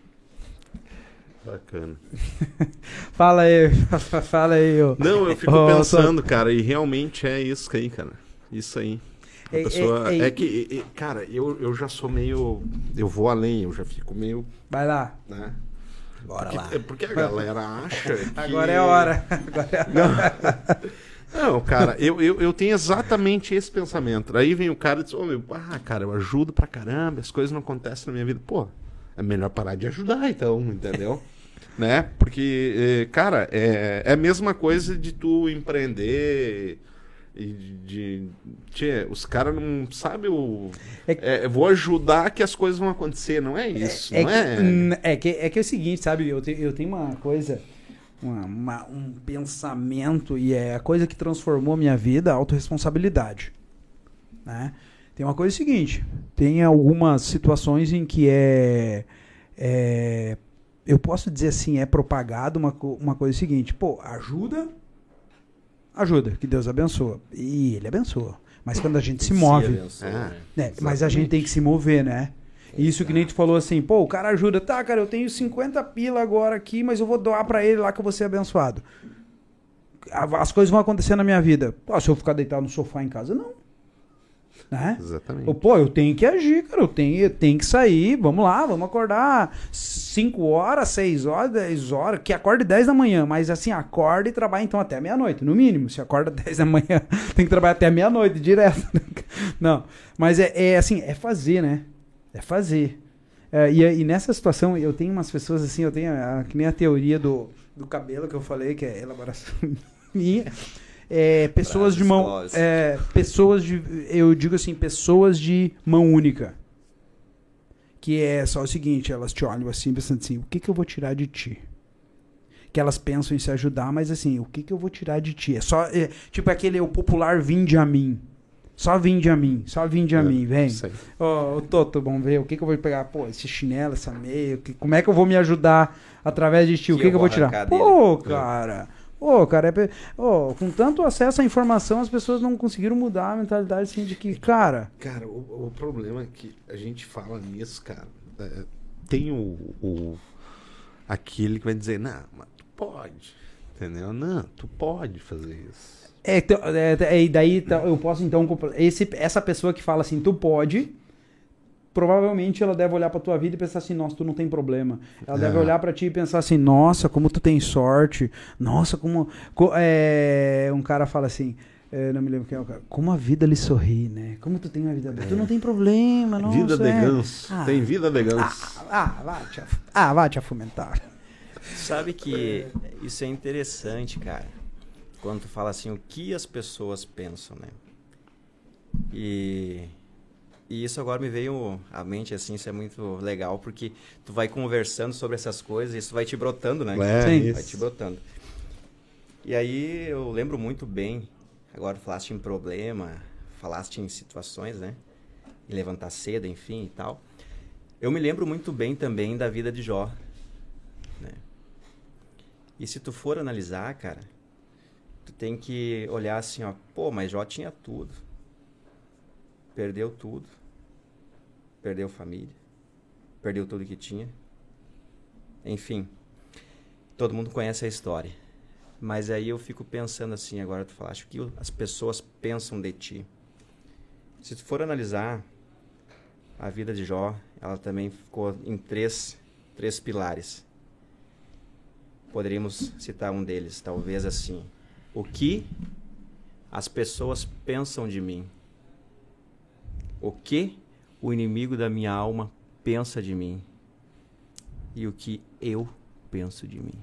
Bacana. Fala aí, fala aí. Ô. Não, eu fico Ô, pensando, cara, e realmente é isso aí, cara. Isso aí. A É- pessoa... é- é, é- que, é- cara, eu, eu já sou meio... Eu vou além, eu já fico meio... Vai lá. Né? Bora lá. Porque, é porque a galera acha que... Agora é a hora. Agora é a hora. Não, cara, eu, eu, eu tenho exatamente esse pensamento. Aí vem o cara e diz, ô meu, ah, cara, eu ajudo pra caramba, as coisas não acontecem na minha vida. Pô, é melhor parar de ajudar então, entendeu? Né? Porque, eh, cara, é, é a mesma coisa de tu empreender e de... de tchê, os caras não sabem o... É- É, eu vou ajudar que as coisas vão acontecer, não é isso, É, não que, é? hum, é, que, é que é o seguinte, sabe? Eu, te, eu tenho uma coisa, uma, uma- um pensamento, e é a coisa que transformou minha vida, a autorresponsabilidade. Né? Tem uma coisa seguinte, tem algumas situações em que é, é eu posso dizer assim, é propagado uma, co- uma coisa seguinte, pô, ajuda, ajuda, que Deus abençoa. E ele abençoa. Mas quando a gente se Se move, abençoa, Ah. né? né? Mas a gente tem que se mover, né? Isso que nem tu falou assim, pô, o cara ajuda, tá, cara, eu tenho cinquenta pila agora aqui, mas eu vou doar pra ele lá que eu vou ser abençoado. A- As coisas vão acontecer na minha vida. Pô, se eu ficar deitado no sofá em casa, não. Né? Exatamente. Eu, Pô, eu tenho que agir, cara. Eu tenho, eu tenho que sair. Vamos lá, vamos acordar cinco horas, seis horas, dez horas. Que acorde dez da manhã. Mas assim, acorda e trabalha então até meia-noite, no mínimo. Se acorda dez da manhã, tem que trabalhar até meia-noite, direto. Não. Mas é, é assim, é fazer, né? É fazer. É, e, e nessa situação, eu tenho umas pessoas assim, eu tenho a, que nem a teoria do, do cabelo que eu falei, que é elaboração minha. É, pessoas de mão. Frases É, pessoas de. Eu digo assim, pessoas de mão única. Que é só o seguinte, elas te olham assim, pensando assim, o que, que eu vou tirar de ti? Que elas pensam em se ajudar, mas assim, o que, que eu vou tirar de ti? É só. É, tipo aquele o popular vinde a mim. Só vinde a mim, só vinde a É, mim, vem. isso aí. Ô, ô, Toto, vamos ver, o que, que eu vou pegar? Pô, esse chinelo, essa meia, que, como é que eu vou me ajudar através de ti? O Que que, eu que eu vou vou tirar? arrancar Pô, dele. cara. Ô, cara, é pe- ô, com tanto acesso à informação, as pessoas não conseguiram mudar a mentalidade assim de que, cara, Cara, o, o problema é que a gente fala nisso, cara. é, tem o, o- aquele que vai dizer, não, mas tu pode. Entendeu? Não, tu pode fazer isso. é, te- é, é, e daí tá, eu posso então, compro- esse, essa pessoa que fala assim, tu pode, provavelmente ela deve olhar pra tua vida e pensar assim, nossa, tu não tem problema. Ela É. deve olhar pra ti e pensar assim, nossa, como tu tem sorte. Nossa, como... co- é, um cara fala assim, é, não me lembro quem é o cara, como a vida lhe sorri, né? Como tu tem uma vida boa. Tu não tem problema, nossa. vida de é. ganso. Ah. Tem vida de ganso. Ah, ah, vai te, af- ah, vai te afumentar. Sabe que isso é interessante, cara. Quando tu fala assim, o que as pessoas pensam, né? E, e isso agora me veio à mente, assim, isso é muito legal, porque tu vai conversando sobre essas coisas e isso vai te brotando, né? É, Sim. Vai isso. te brotando. E aí eu lembro muito bem, agora tu falaste em problema, falaste em situações, né? Em levantar cedo, enfim e tal. Eu me lembro muito bem também da vida de Jó, né? E se tu for analisar, cara, tu tem que olhar assim, ó, pô, mas Jó tinha tudo. Perdeu tudo. Perdeu família. Perdeu tudo que tinha. Enfim, todo mundo conhece a história. Mas aí eu fico pensando assim, agora tu falaste, o que as pessoas pensam de ti? Se tu for analisar a vida de Jó, ela também ficou em três, três pilares. Poderíamos citar um deles, talvez assim. O que as pessoas pensam de mim? O que o inimigo da minha alma pensa de mim? E o que eu penso de mim?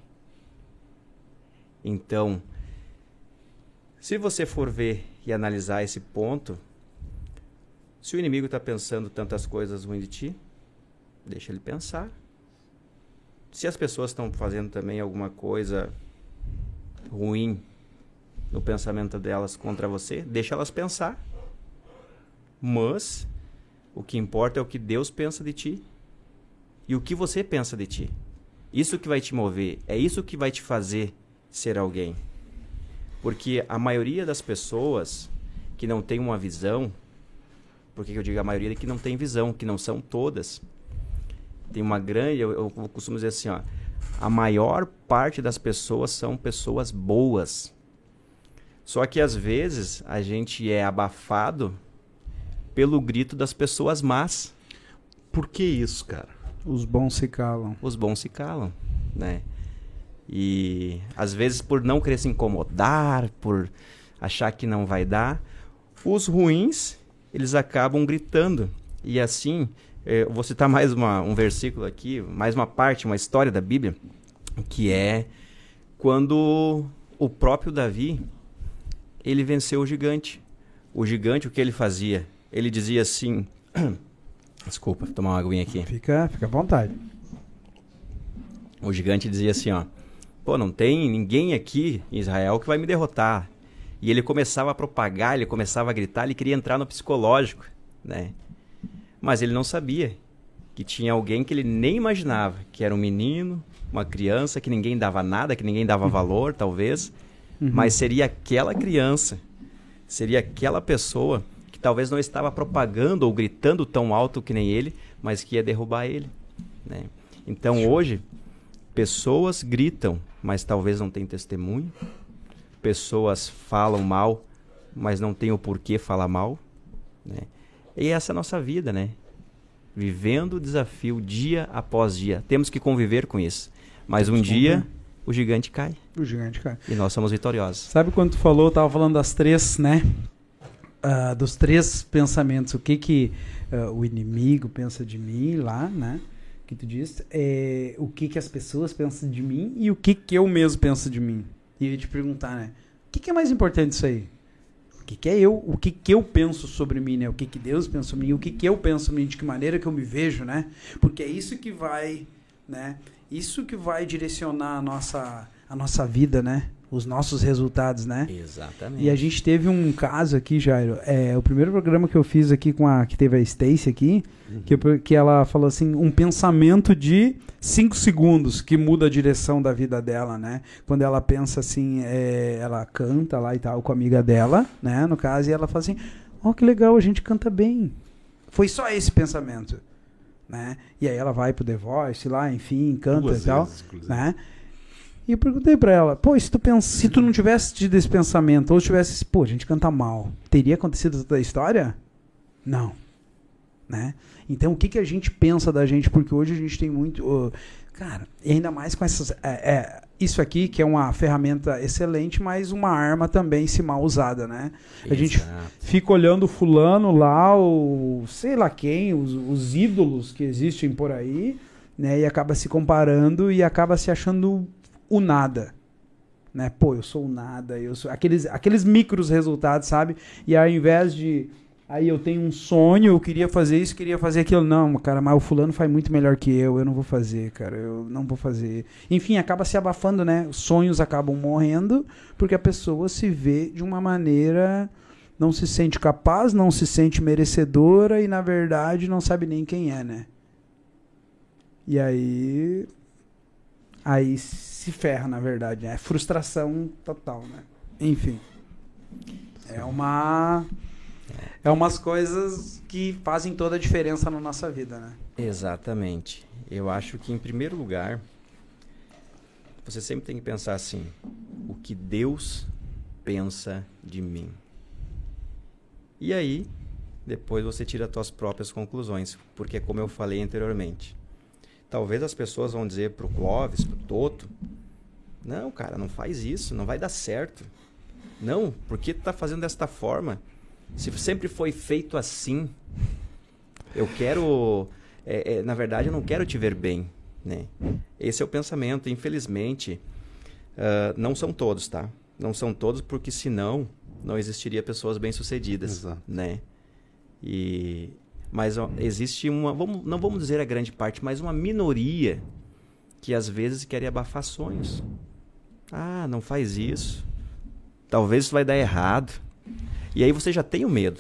Então, se você for ver e analisar esse ponto, se o inimigo está pensando tantas coisas ruins de ti, deixa ele pensar. Se as pessoas estão fazendo também alguma coisa ruim no pensamento delas contra você, deixa elas pensar. Mas o que importa é o que Deus pensa de ti e o que você pensa de ti. Isso que vai te mover, é isso que vai te fazer ser alguém. Porque a maioria das pessoas que não tem uma visão, por que eu digo a maioria que não tem visão, que não são todas, tem uma grande, eu, eu costumo dizer assim, ó, a maior parte das pessoas são pessoas boas. Só que às vezes a gente é abafado pelo grito das pessoas más. Por que isso, cara? Os bons se calam. Os bons se calam, né? E às vezes por não querer se incomodar, por achar que não vai dar, os ruins, eles acabam gritando. E assim, eu vou citar mais uma, um versículo aqui, mais uma parte, uma história da Bíblia, que é quando o próprio Davi, ele venceu o gigante. O gigante, o que ele fazia? Ele dizia assim... Desculpa, vou tomar uma aguinha aqui. Fica, fica à vontade. O gigante dizia assim, ó, pô, não tem ninguém aqui em Israel que vai me derrotar. E ele começava a propagar, ele começava a gritar, ele queria entrar no psicológico, né? Mas ele não sabia que tinha alguém que ele nem imaginava, que era um menino, uma criança, que ninguém dava nada, que ninguém dava valor, talvez, Uhum. Mas seria aquela criança, seria aquela pessoa que talvez não estava propagando ou gritando tão alto que nem ele, mas que ia derrubar ele, né? Então hoje, pessoas gritam, mas talvez não tenham testemunho. Pessoas falam mal, mas não tem o porquê falar mal, né? E essa é a nossa vida, né? Vivendo o desafio dia após dia. Temos que conviver com isso. Mas um dia o gigante cai. O gigante cai. E nós somos vitoriosos. Sabe quando tu falou, eu tava falando das três, né? Uh, dos três pensamentos. O que que uh, o inimigo pensa de mim lá, né? Que tu disse. É, o que que as pessoas pensam de mim e o que que eu mesmo penso de mim. E eu ia te perguntar, né? O que que é mais importante isso aí? O que que é eu? O que que eu penso sobre mim, né? O que que Deus pensa sobre mim? O que que eu penso sobre mim? De que maneira que eu me vejo, né? Porque é isso que vai, né? Isso que vai direcionar a nossa, a nossa vida, né? Os nossos resultados, né? Exatamente. E a gente teve um caso aqui, Jairo. É, o primeiro programa que eu fiz aqui com a... Que teve a Stacy aqui, uhum. que, eu, que ela falou assim, um pensamento de cinco segundos que muda a direção da vida dela, né? Quando ela pensa assim, é, ela canta lá e tal com a amiga dela, né? No caso, e ela fala assim, ó, oh, que legal, a gente canta bem. Foi só esse pensamento, né? E aí ela vai pro The Voice lá, enfim, canta Duas e tal, vezes, né? E eu perguntei pra ela, pô, se tu, pensa, se tu não tivesse tido esse pensamento, ou tivesse, pô, a gente canta mal, teria acontecido toda a história? Não. Né? Então, o que, que a gente pensa da gente? Porque hoje a gente tem muito... Uh, cara, e ainda mais com essas... É, é, isso aqui, que é uma ferramenta excelente, mas uma arma também, se mal usada, né? A Exato. gente fica olhando o fulano lá, o sei lá quem, os, os ídolos que existem por aí, né? E acaba se comparando e acaba se achando... o nada, né? Pô, eu sou o nada, eu sou aqueles, aqueles micros resultados, sabe? E ao invés de aí eu tenho um sonho, eu queria fazer isso, queria fazer aquilo, não, cara, mas o fulano faz muito melhor que eu, eu não vou fazer, cara, eu não vou fazer. Enfim, acaba se abafando, né? Os sonhos acabam morrendo porque a pessoa se vê de uma maneira, não se sente capaz, não se sente merecedora e na verdade não sabe nem quem é, né? E aí aí se ferra, na verdade. É frustração total, né? Enfim. É uma... É umas coisas que fazem toda a diferença na nossa vida, né? Exatamente. Eu acho que, em primeiro lugar, você sempre tem que pensar assim, o que Deus pensa de mim. E aí, depois você tira as suas próprias conclusões. Porque, como eu falei anteriormente, talvez as pessoas vão dizer pro Clóvis, pro Toto, não, cara, não faz isso, não vai dar certo. Não, por que tu tá fazendo desta forma? Se sempre foi feito assim, eu quero... É, é, na verdade, eu não quero te ver bem, né? Esse é o pensamento. Infelizmente, uh, não são todos, tá? Não são todos, porque senão não existiria pessoas bem-sucedidas, Exato. né? E... Mas ó, existe uma, vamos, não vamos dizer a grande parte, mas uma minoria que às vezes quer abafar sonhos. Ah, não faz isso. Talvez isso vai dar errado. E aí você já tem o medo.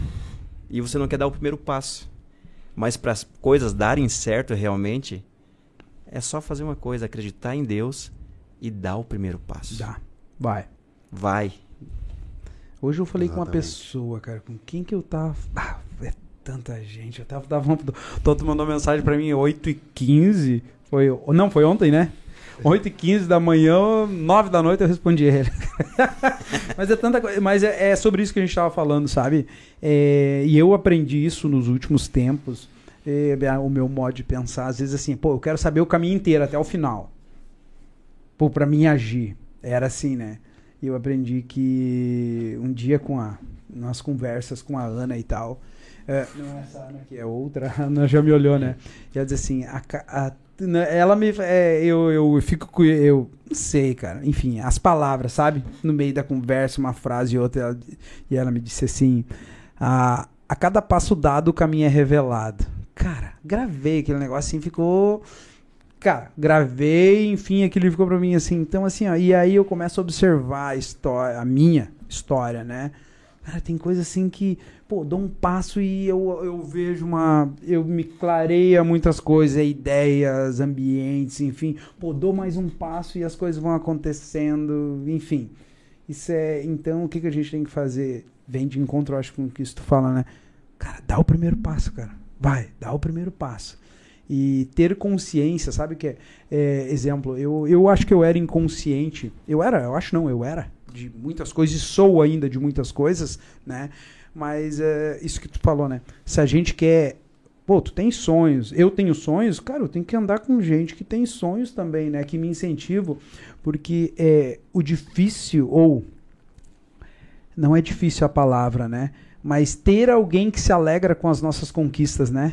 E você não quer dar o primeiro passo. Mas para as coisas darem certo realmente, é só fazer uma coisa, acreditar em Deus e dar o primeiro passo. Dá. Vai. Vai. Hoje eu falei Exatamente. com uma pessoa, cara, com quem que eu tava... Ah, é tanta gente. Eu tava, tava, Toto mandou mensagem pra mim oito e quinze. Foi, não, foi ontem, né? oito e quinze da manhã, nove da noite eu respondi ele. Mas é tanta coisa. Mas é, é sobre isso que a gente tava falando, sabe? É, e eu aprendi isso nos últimos tempos. É, o meu modo de pensar, às vezes assim, pô, eu quero saber o caminho inteiro até o final. Pô, pra mim agir. Era assim, né? E eu aprendi que um dia com a... nas conversas com a Ana e tal... É, não é essa Ana aqui, é outra. A Ana já me olhou, né? E ela diz assim, a, a, ela me... É, eu, eu fico com... Eu não sei, cara. Enfim, as palavras, sabe? No meio da conversa, uma frase e outra. Ela, e ela me disse assim, a, a cada passo dado o caminho é revelado. Cara, gravei aquele negócio assim, ficou... Cara, gravei, enfim, aquilo ficou pra mim assim. Então, assim, ó, e aí eu começo a observar a história, a minha história, né? Cara, tem coisa assim que, pô, dou um passo e eu, eu vejo uma... Eu me clareia muitas coisas, ideias, ambientes, enfim. Pô, dou mais um passo e as coisas vão acontecendo, enfim. Isso é, então, o que, que a gente tem que fazer? Vem de encontro, eu acho, com o que isso tu fala, né? Cara, dá o primeiro passo, cara. Vai, dá o primeiro passo. E ter consciência, sabe o que é? É, exemplo, eu, eu acho que eu era inconsciente. Eu era, eu acho não, eu era. De muitas coisas, e sou ainda de muitas coisas, né? Mas é, isso que tu falou, né? Se a gente quer... Pô, tu tem sonhos, eu tenho sonhos, cara, eu tenho que andar com gente que tem sonhos também, né? Que me incentivam, porque é, o difícil, ou... Não é difícil a palavra, né? Mas ter alguém que se alegra com as nossas conquistas, né?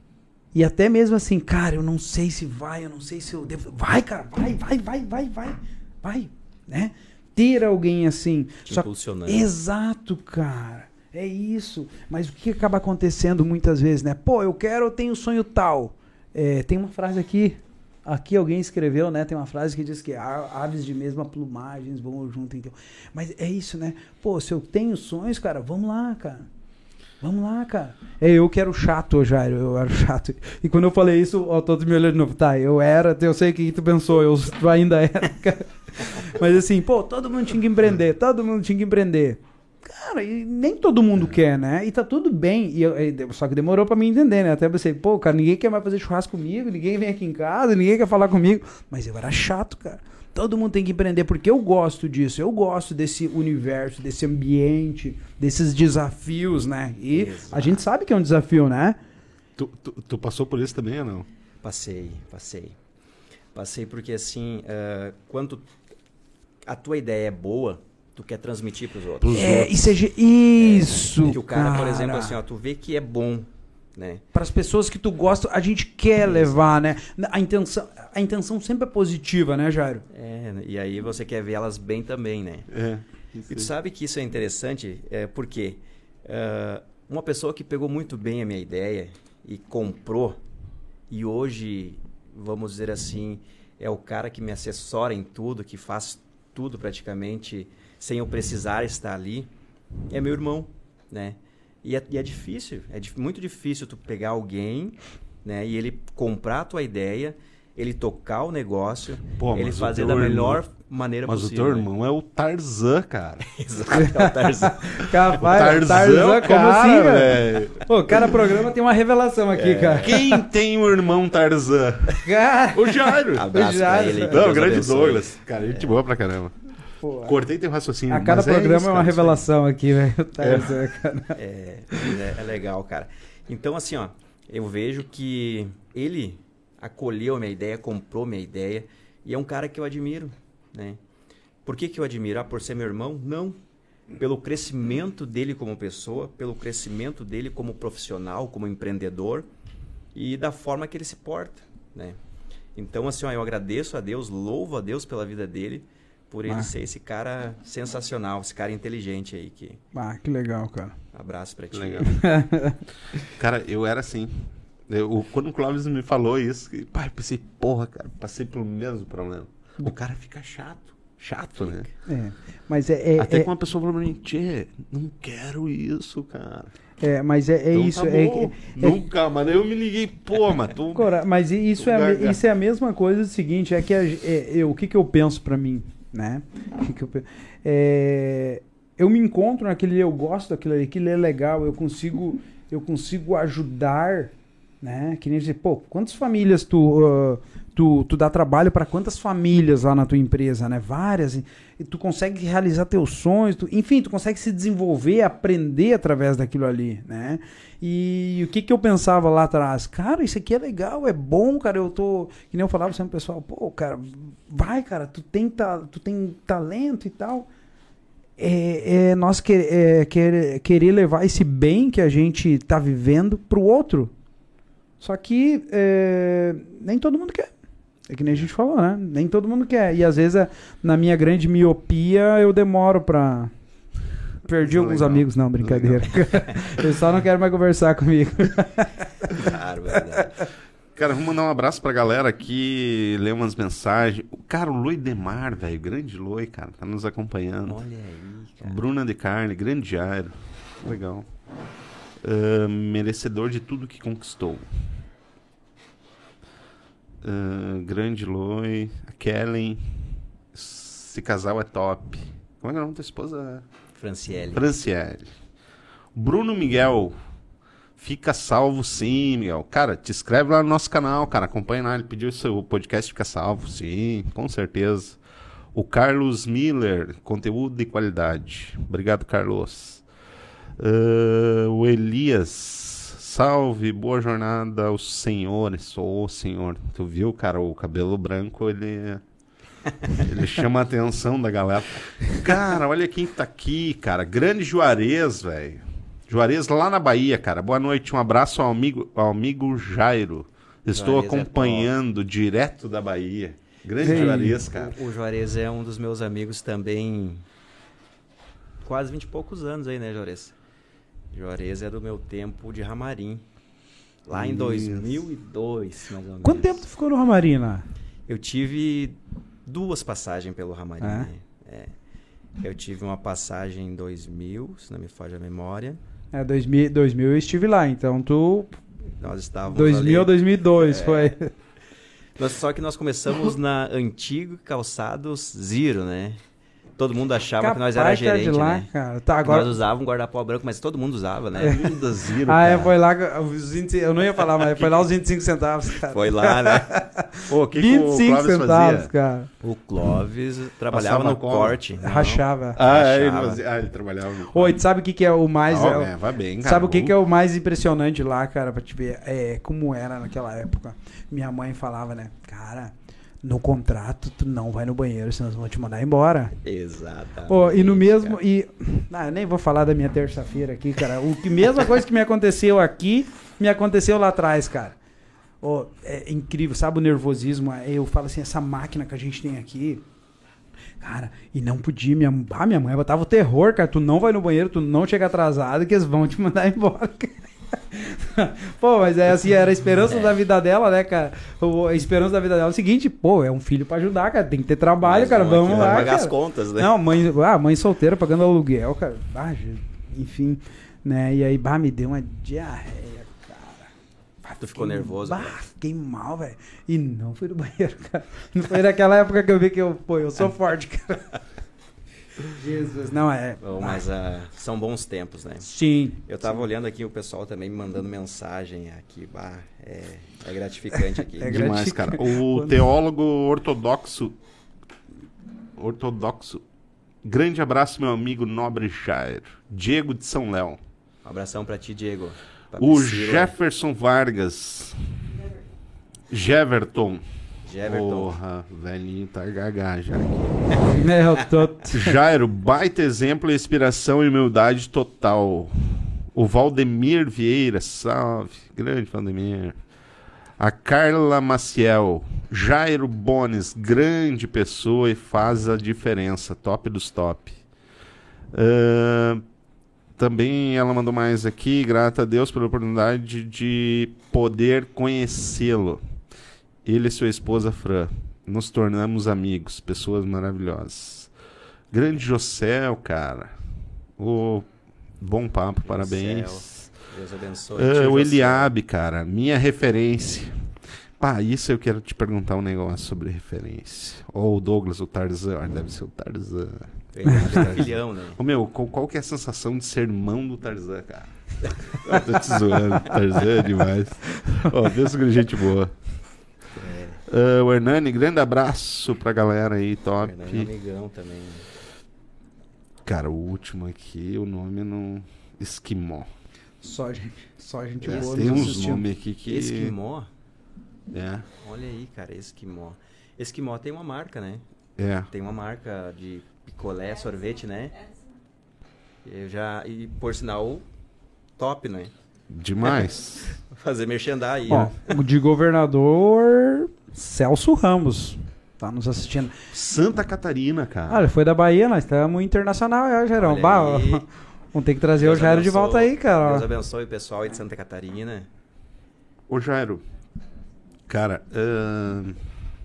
E até mesmo assim, cara, eu não sei se vai, eu não sei se eu devo... Vai, cara, vai, vai, vai, vai, vai, vai, né? Ter alguém assim... Te Só... impulsionando. Exato, cara. É isso. Mas o que acaba acontecendo muitas vezes, né? Pô, eu quero, eu tenho sonho tal. É, tem uma frase aqui, aqui alguém escreveu, né? Tem uma frase que diz que aves de mesma plumagem vão junto, então. Mas é isso, né? Pô, se eu tenho sonhos, cara, vamos lá, cara. Vamos lá, cara. É, eu que era o chato, Jairo, eu era o chato. E quando eu falei isso, ó, todos me olhando de novo. Tá, eu era, eu sei o que tu pensou, eu tu ainda era, cara. Mas assim, pô, todo mundo tinha que empreender, todo mundo tinha que empreender. Cara, e nem todo mundo quer, né? E tá tudo bem. E eu, e, só que demorou pra mim entender, né? Até eu pensei, pô, cara, ninguém quer mais fazer churrasco comigo, ninguém vem aqui em casa, ninguém quer falar comigo. Mas eu era chato, cara. Todo mundo tem que empreender, porque eu gosto disso. Eu gosto desse universo, desse ambiente, desses desafios, né? E Exato. a gente sabe que é um desafio, né? Tu, tu, tu passou por isso também ou não? Passei, passei. Passei porque, assim, uh, quando a tua ideia é boa, tu quer transmitir pros outros. É, outros. Isso, é, isso, é, que o cara, cara, por exemplo, assim, ó, tu vê que é bom, né? Para as pessoas que tu gosta, a gente quer levar, né? A intenção, a intenção sempre é positiva, né, Jairo? É, e aí você quer ver elas bem também, né? É. E tu sabe que isso é interessante, é, porque uh, uma pessoa que pegou muito bem a minha ideia e comprou, e hoje, vamos dizer assim, é o cara que me assessora em tudo, que faz tudo praticamente sem eu precisar estar ali, é meu irmão, né? E é, e é difícil, é di- muito difícil tu pegar alguém, né, e ele comprar a tua ideia, ele tocar o negócio, Pô, ele mas o fazer teu da irmão- melhor maneira Mas possível. o teu né? irmão é o Tarzan, cara. Exato, é o Tarzan. Capaz, Tarzan, como cara, assim, cara? velho. Pô, cada programa tem uma revelação aqui, cara. Quem tem o irmão Tarzan? Cara, O Jairo. Abraço Já, pra ele. que Não, Deus o grande abençoe. Douglas. Cara, gente boa pra caramba. pô, Cortei teu raciocínio. a cada mas programa isso, é uma cara, isso aí. revelação aqui, velho. O Tarzan, cara. É, é, é legal, cara. Então, assim, ó, eu vejo que ele acolheu a minha ideia, comprou minha ideia, e é um cara que eu admiro, né? Por que que eu admiro? Ah, por ser meu irmão? Não. Pelo crescimento dele como pessoa, pelo crescimento dele como profissional, como empreendedor, e da forma que ele se porta, né? Então, assim, ó, eu agradeço a Deus, louvo a Deus pela vida dele, por ele Ah. ser esse cara sensacional, esse cara inteligente aí. Que... Ah, que legal, cara. Abraço pra ti. Legal. Cara, eu era assim. Eu, quando o Clóvis me falou isso, que, pai, eu pensei, porra, cara, passei pelo mesmo problema. O cara fica chato. Chato, né? É, mas é, é, Até é, que uma pessoa falou pra mim, tchê, não quero isso, cara. é, mas é, é Então isso. tá é, bom. é- Nunca, mano. Eu me liguei, pô, mas tu... Cora, mas i- isso é, a me- Gaga. isso é a mesma coisa do seguinte, é que a, é, eu, o que, que eu penso pra mim, né? O que que eu, pe- é, eu me encontro naquele, eu gosto daquilo ali, aquilo é legal, eu consigo, eu consigo ajudar, né? Que nem dizer, pô, quantas famílias tu, ah, tu, tu dá trabalho para quantas famílias lá na tua empresa, né? Várias, e, e tu consegue realizar teus sonhos, tu- enfim, tu consegue se desenvolver, aprender através daquilo ali, né? E o que que eu pensava lá atrás? Cara, isso aqui é legal, é bom, cara, eu tô... Que nem eu falava sempre pro pessoal, pô, cara, vai, cara, tu tem, ta, tu tem talento e tal. É, é nós que, é, quer, querer levar esse bem que a gente tá vivendo pro outro. Só que é, nem todo mundo quer. É que nem a gente falou, né? Nem todo mundo quer. E às vezes, é, na minha grande miopia, eu demoro pra... Perdi Mas é alguns legal. amigos. Não, brincadeira. Eles só não querem mais conversar comigo. Claro, verdade. Cara, vamos mandar um abraço pra galera aqui, ler umas mensagens. O cara, o Loi Demar, velho, grande Loi, cara, tá nos acompanhando. Olha aí, cara. Bruna de Carne, grande Jairo. Legal. Ah, merecedor de tudo que conquistou. Ah, grande Loi. A Kellen. Esse casal é top. Como é que é o nome da esposa? Franciele. Franciele. Bruno Miguel. Fica salvo sim, Miguel. Cara, te inscreve lá no nosso canal, cara. Acompanha lá. Ele pediu o seu podcast Fica Salvo, sim, com certeza. O Carlos Miller, conteúdo de qualidade. Obrigado, Carlos. Uh, o Elias, salve, boa jornada aos senhores. Sou o senhor. Tu viu, cara, o cabelo branco, ele... ele chama a atenção da galera. Cara, olha quem tá aqui, cara. Grande Juarez, velho. Juarez lá na Bahia, cara. Boa noite, um abraço ao amigo, ao amigo Jairo. Estou Juarez acompanhando é direto da Bahia. Grande Ei. Juarez, cara. O, o Juarez é um dos meus amigos também. Quase vinte e poucos anos aí, né, Juarez? Juarez é do meu tempo de Ramarim. Lá em Isso. dois mil e dois, mais ou menos. Quanto tempo tu ficou no Ramarina? Eu tive duas passagens pelo Ramarim. É? né? É. Eu tive uma passagem em dois mil, se não me falha a memória. É, dois mil, dois mil eu estive lá, então tu... Nós estávamos dois mil ou ali. dois mil e dois, foi. Nós- Só que nós começamos na antigo Calçados Zero, né? Todo mundo achava que nós era Capaz que é gerente, de lá, né? cara. Tá, Agora... agora... Nós usávamos um guarda-pau branco, mas todo mundo usava, né? Linda Ziro, Ah, é, cara. foi lá, os vinte, eu não ia falar, mas foi lá os vinte e cinco centavos, cara. Foi lá, né? Pô, o que, que vinte o e cinco Clóvis centavos, fazia? cara. O Clóvis trabalhava Passava no cola? corte. não. Rachava. Ah, ele Achava. fazia... ah, ele trabalhava no... Oi, tu sabe o que, que é o mais... Ah, é o- é, vai bem, cara. Sabe o que, que é o mais impressionante lá, cara, pra te ver? É como era naquela época. Minha mãe falava, né? Cara, no contrato, tu não vai no banheiro, senão eles vão te mandar embora. Exatamente. Pô, e no mesmo. cara. E, ah, eu nem vou falar da minha terça-feira aqui, cara. O que mesma coisa que me aconteceu aqui, me aconteceu lá atrás, cara. Ô, é incrível, sabe o nervosismo? Eu falo assim, essa máquina que a gente tem aqui. Cara, e não podia, minha, ah, minha mãe botava o terror, cara. Tu não vai no banheiro, tu não chega atrasado, que eles vão te mandar embora, cara. Pô, mas é assim, era a esperança É. da vida dela, né, cara? O- A esperança da vida dela é o seguinte, pô, é um filho pra ajudar, cara. Tem que ter trabalho, Mas cara. não, Vamos aqui vai lá, pagar cara. as contas, né? Não, mãe, ah, mãe solteira pagando aluguel, cara. Ah, je- enfim, né? E aí, bah, me deu uma diarreia, cara. Bah, Tu ficou fiquei- nervoso, Bah, cara? fiquei mal, velho. E não fui no banheiro, cara. Não foi naquela época que eu vi que eu, pô, eu sou forte, cara. Jesus, não é. Bom, ah, mas ah, são bons tempos, né? Sim. Eu tava olhando aqui o pessoal também me mandando mensagem aqui. Bah, é, é gratificante aqui. É Demais, cara. O Quando- teólogo ortodoxo. Ortodoxo. Grande abraço, meu amigo Nobre Jair. Diego de São Léo. Um abração pra ti, Diego. Pra O Priscila, Jefferson Vargas. Jeverton. Jeverton. Porra, velhinho, tá gaga já. É, eu tô... Jairo, baita exemplo, inspiração e humildade total. O Valdemir Vieira, salve. Grande Valdemir. A Carla Maciel. Jairo Bones, grande pessoa e faz a diferença. Top dos top. Ahn, também ela mandou mais aqui. Grata a Deus pela oportunidade de poder conhecê-lo. Ele e sua esposa Fran. Nos tornamos amigos, pessoas maravilhosas. Grande Josel, cara. O bom papo, parabéns. Deus abençoe. Ah, Tio o José. Eliabe, cara, minha referência. Pá, isso eu quero te perguntar um negócio sobre referência. Ou o Douglas, o Tarzan. Ah, deve ser o Tarzan. Ele é filhão, né? Ô meu, qual, qual que é a sensação de ser irmão do Tarzan, cara? Eu tô te zoando, Tarzan é demais. Ó, pensa que gente boa. Ah, o Hernani, grande abraço pra galera aí, top. Fernando é amigão também. Cara, o último aqui, o nome não... Esquimó. Só gente, só gente Esse boa Tem nos uns assistindo. nomes aqui que... Esquimó? É, Olha aí, cara, Esquimó. Esquimó tem uma marca, né? é. Tem uma marca de picolé, sorvete, né? Eu já... E, por sinal, top, né? Demais. Fazer merchandar aí, Ó, ó. o de governador Celso Ramos tá nos assistindo. Santa Catarina, cara. Ah, ele foi da Bahia, nós estamos internacional, é, Gerão. Olha Bah, ó, aí. vamos ter que trazer Deus o Jairo de abençoe. volta aí, cara. Deus abençoe o pessoal aí de Santa Catarina. Ô, Jairo. Cara, ahn,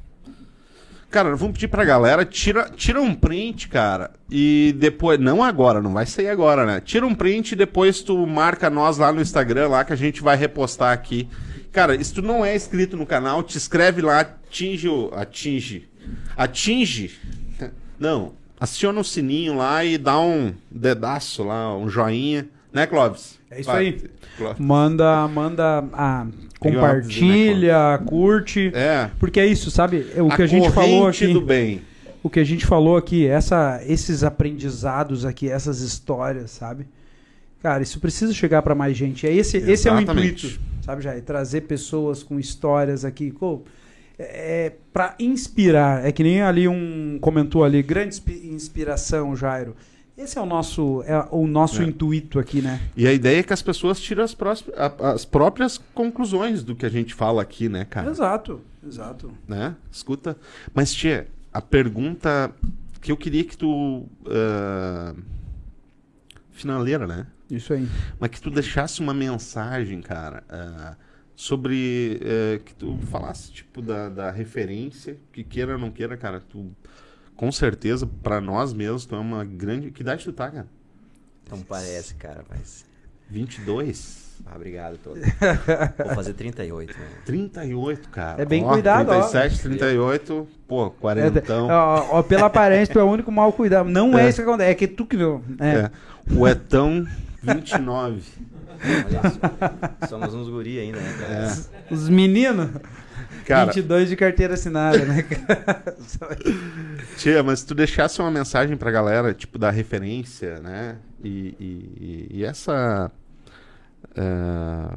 cara, vamos pedir pra galera, tira, tira um print, cara, e depois, não agora, não vai sair agora, né? Tira um print e depois tu marca nós lá no Instagram, lá que a gente vai repostar aqui. Cara, se tu não é inscrito no canal, te inscreve lá, atinge o... Atinge. Atinge. Não, aciona o sininho lá e dá um dedaço lá, um joinha. Né, Clóvis? É isso Vai, aí. Clóvis. Manda, manda, ah, compartilha, curte. É. Porque é isso, sabe? O que a, gente falou corrente aqui. do bem. O que a gente falou aqui, essa, esses aprendizados aqui, essas histórias, sabe? Cara, isso precisa chegar para mais gente. É esse, esse é o Exatamente. intuito, sabe, Jair? Trazer pessoas com histórias aqui. Pô, é, para inspirar. É que nem ali um comentou ali, grande inspi- inspiração, Jairo. Esse é o nosso, é o nosso É. intuito aqui, né? E a ideia é que as pessoas tirem as, próximas, a- as próprias conclusões do que a gente fala aqui, né, cara? Exato, exato. Né? Escuta. Mas, Tchê, a pergunta que eu queria que tu... ah, finaleira, né? Isso aí. Mas que tu deixasse uma mensagem, cara, ah, sobre... eh, que tu falasse, tipo, da, da referência, que queira ou não queira, cara, tu... Com certeza, pra nós mesmos, tu é uma grande... Que idade tu tá, cara? Não parece, cara, mas... vinte e dois? Ah, obrigado todo. Vou fazer trinta e oito, né? trinta e oito, cara. É bem Ó, cuidado, ó. trinta e sete, trinta e oito, pô, quarentão. É, ó, ó, pela aparência, tu é o único mal cuidado. Não é, É. isso que acontece, é que tu que viu. É. É. O Etão, vinte e nove. Olha só. Somos uns guri ainda, né, cara? É. Os meninos, Cara, vinte e dois de carteira assinada, né, cara? tia, mas se tu deixasse uma mensagem pra galera, tipo, da referência, né? E, e, e essa... é,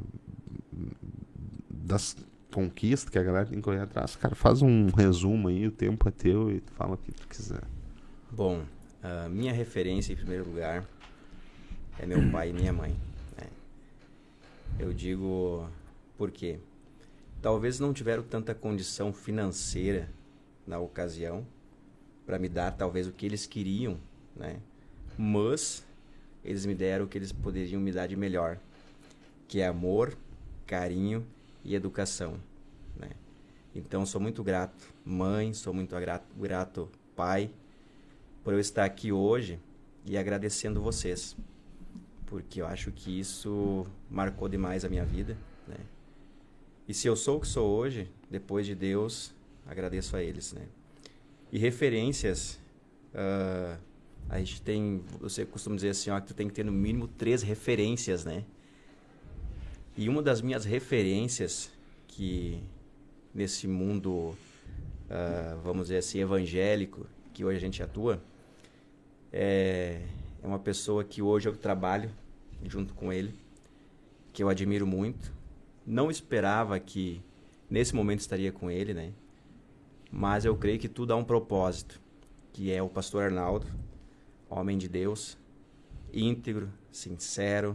das conquistas que a galera tem que correr atrás. Cara, faz um resumo aí, o tempo é teu e tu fala o que tu quiser. Bom, a minha referência em primeiro lugar é meu pai e minha mãe, né? Eu digo por quê? Talvez não tiveram tanta condição financeira na ocasião para me dar talvez o que eles queriam, né? Mas eles me deram o que eles poderiam me dar de melhor, que é amor, carinho e educação, né? Então sou muito grato, mãe, sou muito grato, grato pai, por eu estar aqui hoje e agradecendo vocês, porque eu acho que isso marcou demais a minha vida, né? E se eu sou o que sou hoje, depois de Deus, agradeço a eles, né? E referências, uh, a gente tem, você costuma dizer assim, ó, que tu tem que ter no mínimo três referências, né? E uma das minhas referências, que nesse mundo, uh, vamos dizer assim, evangélico, que hoje a gente atua, é, é uma pessoa que hoje eu trabalho junto com ele, que eu admiro muito. Não esperava que nesse momento estaria com ele, né? Mas eu creio que tudo há um propósito, que é o pastor Arnaldo, homem de Deus, íntegro, sincero.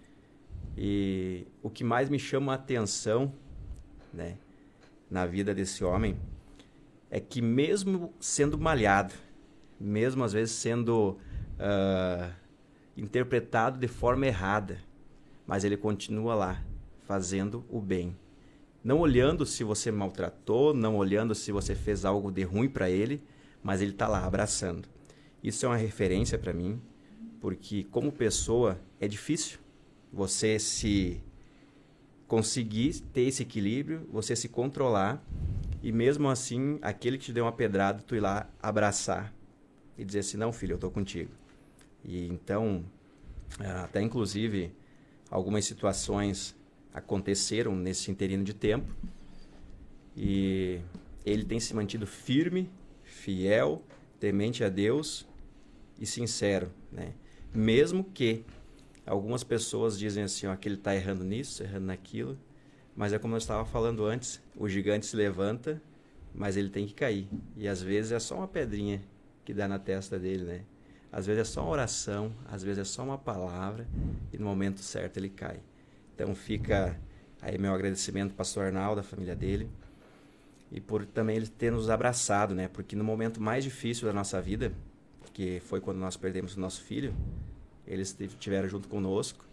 E o que mais me chama a atenção, né, na vida desse homem é que mesmo sendo malhado, mesmo às vezes sendo uh, interpretado de forma errada, mas ele continua lá, fazendo o bem. Não olhando se você maltratou, não olhando se você fez algo de ruim para ele, mas ele está lá abraçando. Isso é uma referência para mim, porque como pessoa é difícil você se conseguir ter esse equilíbrio, você se controlar e mesmo assim, aquele que te deu uma pedrada, tu ir lá abraçar e dizer assim, não filho, eu tô contigo. E então, até inclusive, algumas situações aconteceram nesse interino de tempo e ele tem se mantido firme, fiel, temente a Deus e sincero, né? Mesmo que algumas pessoas dizem assim, ó, que ele está errando nisso, errando naquilo, mas é como eu estava falando antes, o gigante se levanta, mas ele tem que cair. E às vezes é só uma pedrinha que dá na testa dele, né? Às vezes é só uma oração, às vezes é só uma palavra e no momento certo ele cai. Então fica aí meu agradecimento ao pastor Arnaldo, a família dele, e por também ele ter nos abraçado, né? Porque no momento mais difícil da nossa vida, que foi quando nós perdemos o nosso filho, eles estiveram junto conosco.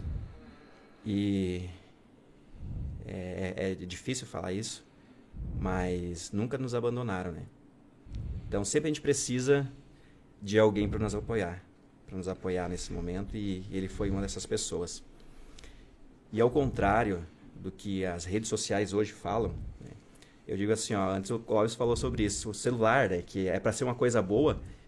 E é, é difícil falar isso, mas nunca nos abandonaram, né? Então sempre a gente precisa de alguém para nos apoiar, para nos apoiar nesse momento, e ele foi uma dessas pessoas. E ao contrário do que as redes sociais hoje falam, né? Eu digo assim, ó, antes o Clóvis falou sobre isso, o celular, né, que é para ser uma coisa boa,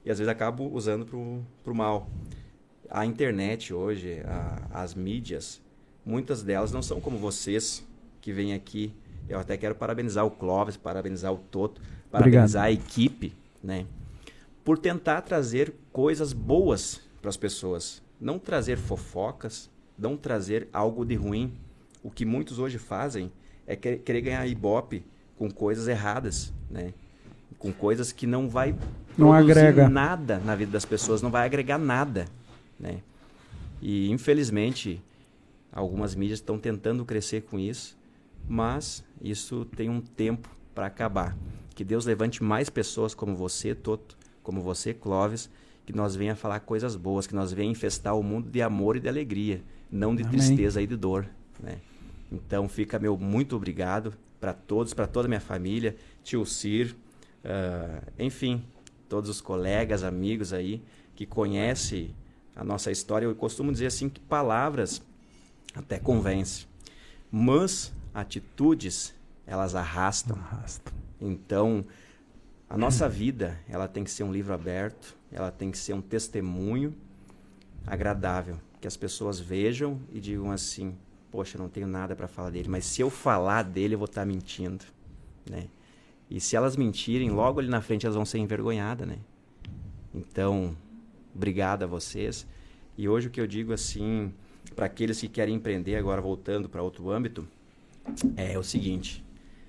e às vezes acabo usando pro, pro mal. A internet hoje, a, as mídias, muitas delas não são como vocês que vêm aqui. Eu até quero parabenizar o Clóvis, parabenizar o Toto, parabenizar Obrigado. a equipe, né? Por tentar trazer coisas boas para as pessoas. Não trazer fofocas, não trazer algo de ruim. O que muitos hoje fazem é querer ganhar ibope com coisas erradas, né? Com coisas que não vai não agrega nada na vida das pessoas, não vai agregar nada, né? E infelizmente algumas mídias estão tentando crescer com isso, mas isso tem um tempo para acabar. Que Deus levante mais pessoas como você, Toto, como você, Clóvis, que nós venha falar coisas boas, que nós venha infestar o mundo de amor e de alegria, não de Amém. tristeza e de dor, né? Então fica meu muito obrigado para todos, para toda a minha família, tio Cir, uh, enfim, todos os colegas, amigos aí que conhecem a nossa história. Eu costumo dizer assim que palavras até convencem, mas atitudes elas arrastam. Arrasta. Então a nossa vida ela tem que ser um livro aberto, ela tem que ser um testemunho agradável, que as pessoas vejam e digam assim: poxa, eu não tenho nada para falar dele, mas se eu falar dele, eu vou estar mentindo, né? E se elas mentirem, logo ali na frente elas vão ser envergonhadas, né? Então, obrigado a vocês. E hoje o que eu digo assim, para aqueles que querem empreender, agora voltando para outro âmbito, é o seguinte: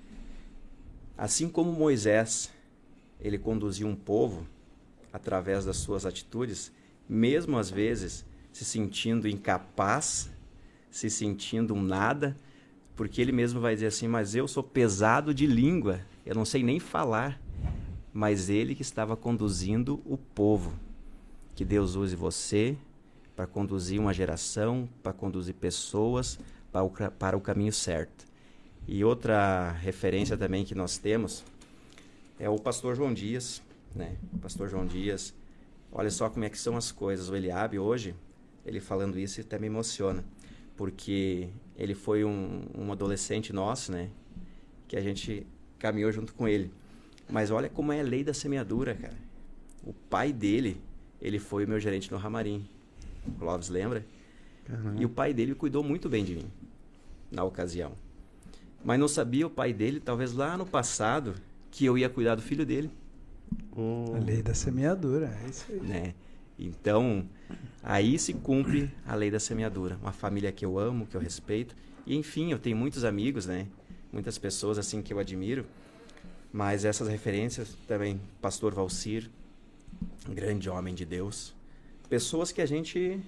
assim como Moisés, ele conduziu um povo através das suas atitudes, mesmo às vezes se sentindo incapaz, se sentindo um nada, porque ele mesmo vai dizer assim: mas eu sou pesado de língua, eu não sei nem falar. Mas ele que estava conduzindo o povo. Que Deus use você para conduzir uma geração, para conduzir pessoas para o, para o caminho certo. E outra referência também que nós temos é o pastor João Dias, né? O pastor João Dias, olha só como é que são as coisas. O Eliabe hoje, ele falando isso até me emociona, porque ele foi um, um adolescente nosso, né? Que a gente caminhou junto com ele. Mas olha como é a lei da semeadura, cara. O pai dele, ele foi o meu gerente no Ramarim. O Clóvis lembra? Uhum. E o pai dele cuidou muito bem de mim, na ocasião. Mas não sabia o pai dele, talvez lá no passado, que eu ia cuidar do filho dele. Oh. A lei da semeadura, é isso aí. Né? Então, aí se cumpre a lei da semeadura. Uma família que eu amo, que eu respeito. E, enfim, eu tenho muitos amigos, né? Muitas pessoas assim que eu admiro. Mas essas referências também, pastor Valcir, grande homem de Deus. Pessoas que a gente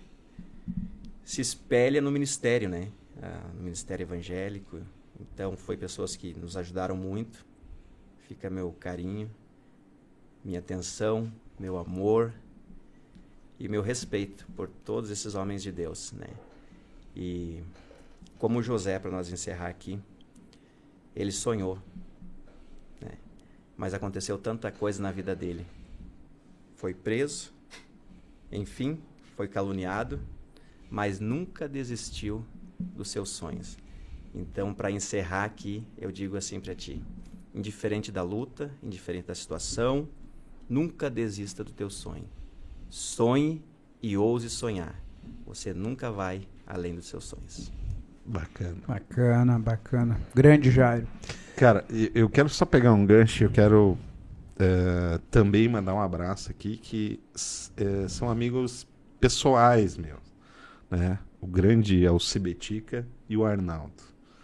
se espelha no ministério, né? Ah, no ministério evangélico. Então, foi pessoas que nos ajudaram muito. Fica meu carinho, minha atenção, meu amor e meu respeito por todos esses homens de Deus, né? E como José, para nós encerrar aqui, ele sonhou, né? Mas aconteceu tanta coisa na vida dele. Foi preso, enfim, foi caluniado, mas nunca desistiu dos seus sonhos. Então, para encerrar aqui, eu digo assim para ti: indiferente da luta, indiferente da situação, nunca desista do teu sonho. Sonhe e ouse sonhar. Você nunca vai além dos seus sonhos. Bacana. Bacana, bacana. Grande Jairo. Cara, eu quero só pegar um gancho, eu quero é, também mandar um abraço aqui, que é, são amigos pessoais meus, né? O grande Alci Betica e o Arnaldo.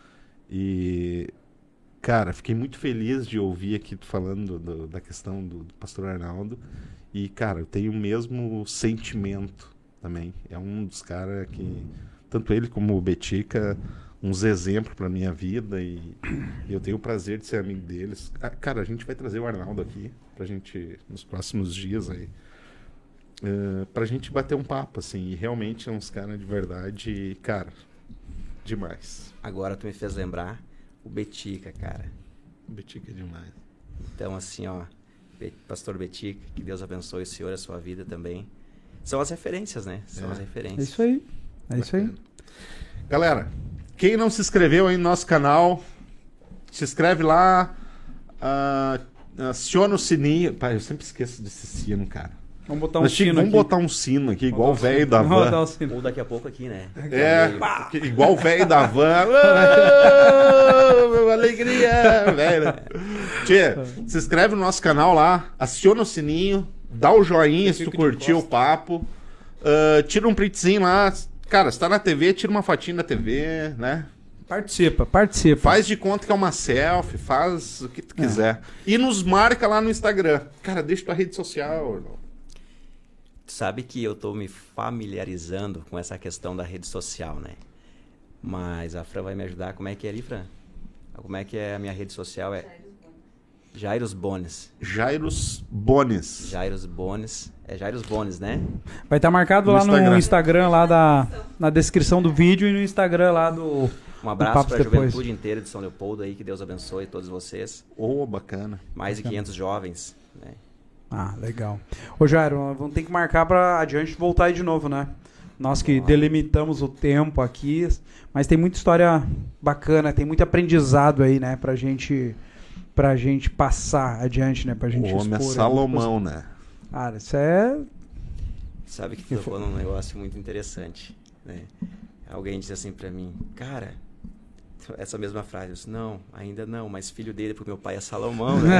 E, cara, fiquei muito feliz de ouvir aqui tu falando do, da questão do, do pastor Arnaldo. E, cara, eu tenho o mesmo sentimento também. É um dos caras que, tanto ele como o Betica, uns exemplos pra minha vida. E, e eu tenho o prazer de ser amigo deles. Ah, cara, a gente vai trazer o Arnaldo aqui pra gente, nos próximos dias aí, uh, pra gente bater um papo, assim. E realmente é uns caras de verdade, cara, demais. Agora tu me fez lembrar o Betica, cara. O Betica é demais. Então, assim, ó, pastor Betica, que Deus abençoe o senhor e a sua vida também. São as referências, né? São É. as É referências. isso aí. É isso aí. Galera, quem não se inscreveu aí no nosso canal, se inscreve lá, uh, aciona o sininho. Pai, eu sempre esqueço desse sino, cara. Vamos botar um Nós sino vamos aqui. botar um sino aqui, igual o velho da Vamos botar van. um sino. Ou daqui a pouco aqui, né? É, que- igual o velho da van. Ô, alegria, velho. Tchê, se inscreve no nosso canal lá, aciona o sininho, dá o joinha se tu curtiu o papo, ah, tira um printzinho lá. Cara, se tá na T V, tira uma fotinha da T V, né? Participa, participa. Faz de conta que é uma selfie, faz o que tu quiser. E nos marca lá no Instagram. Cara, deixa tua rede social, irmão. Tu sabe que eu tô me familiarizando com essa questão da rede social, né? Mas a Fran vai me ajudar. Como é que é ali, Fran? Como é que é a minha rede social? É Jairos Bones. Jairos Bones. Jairos Bones. É Jairos Bones, né? Vai estar marcado No lá Instagram. no Instagram, lá da, na descrição do vídeo e no Instagram lá do... Um do abraço Papos para a Depois. juventude inteira de São Leopoldo aí. Que Deus abençoe todos vocês. Ô, bacana. Mais de quinhentos jovens, né? Ah, legal. Ô, Jairo, vamos ter que marcar pra adiante voltar aí de novo, né? Nós que delimitamos o tempo aqui, mas tem muita história bacana, tem muito aprendizado aí, né? Pra gente, pra gente passar adiante, né? Pra gente O homem é expor aí. Salomão, né? Cara, isso é... Sabe que tu tocou num negócio muito interessante, né? Alguém disse assim pra mim, cara, essa mesma frase, eu disse, não, ainda não, mas filho dele, porque meu pai é Salomão, né?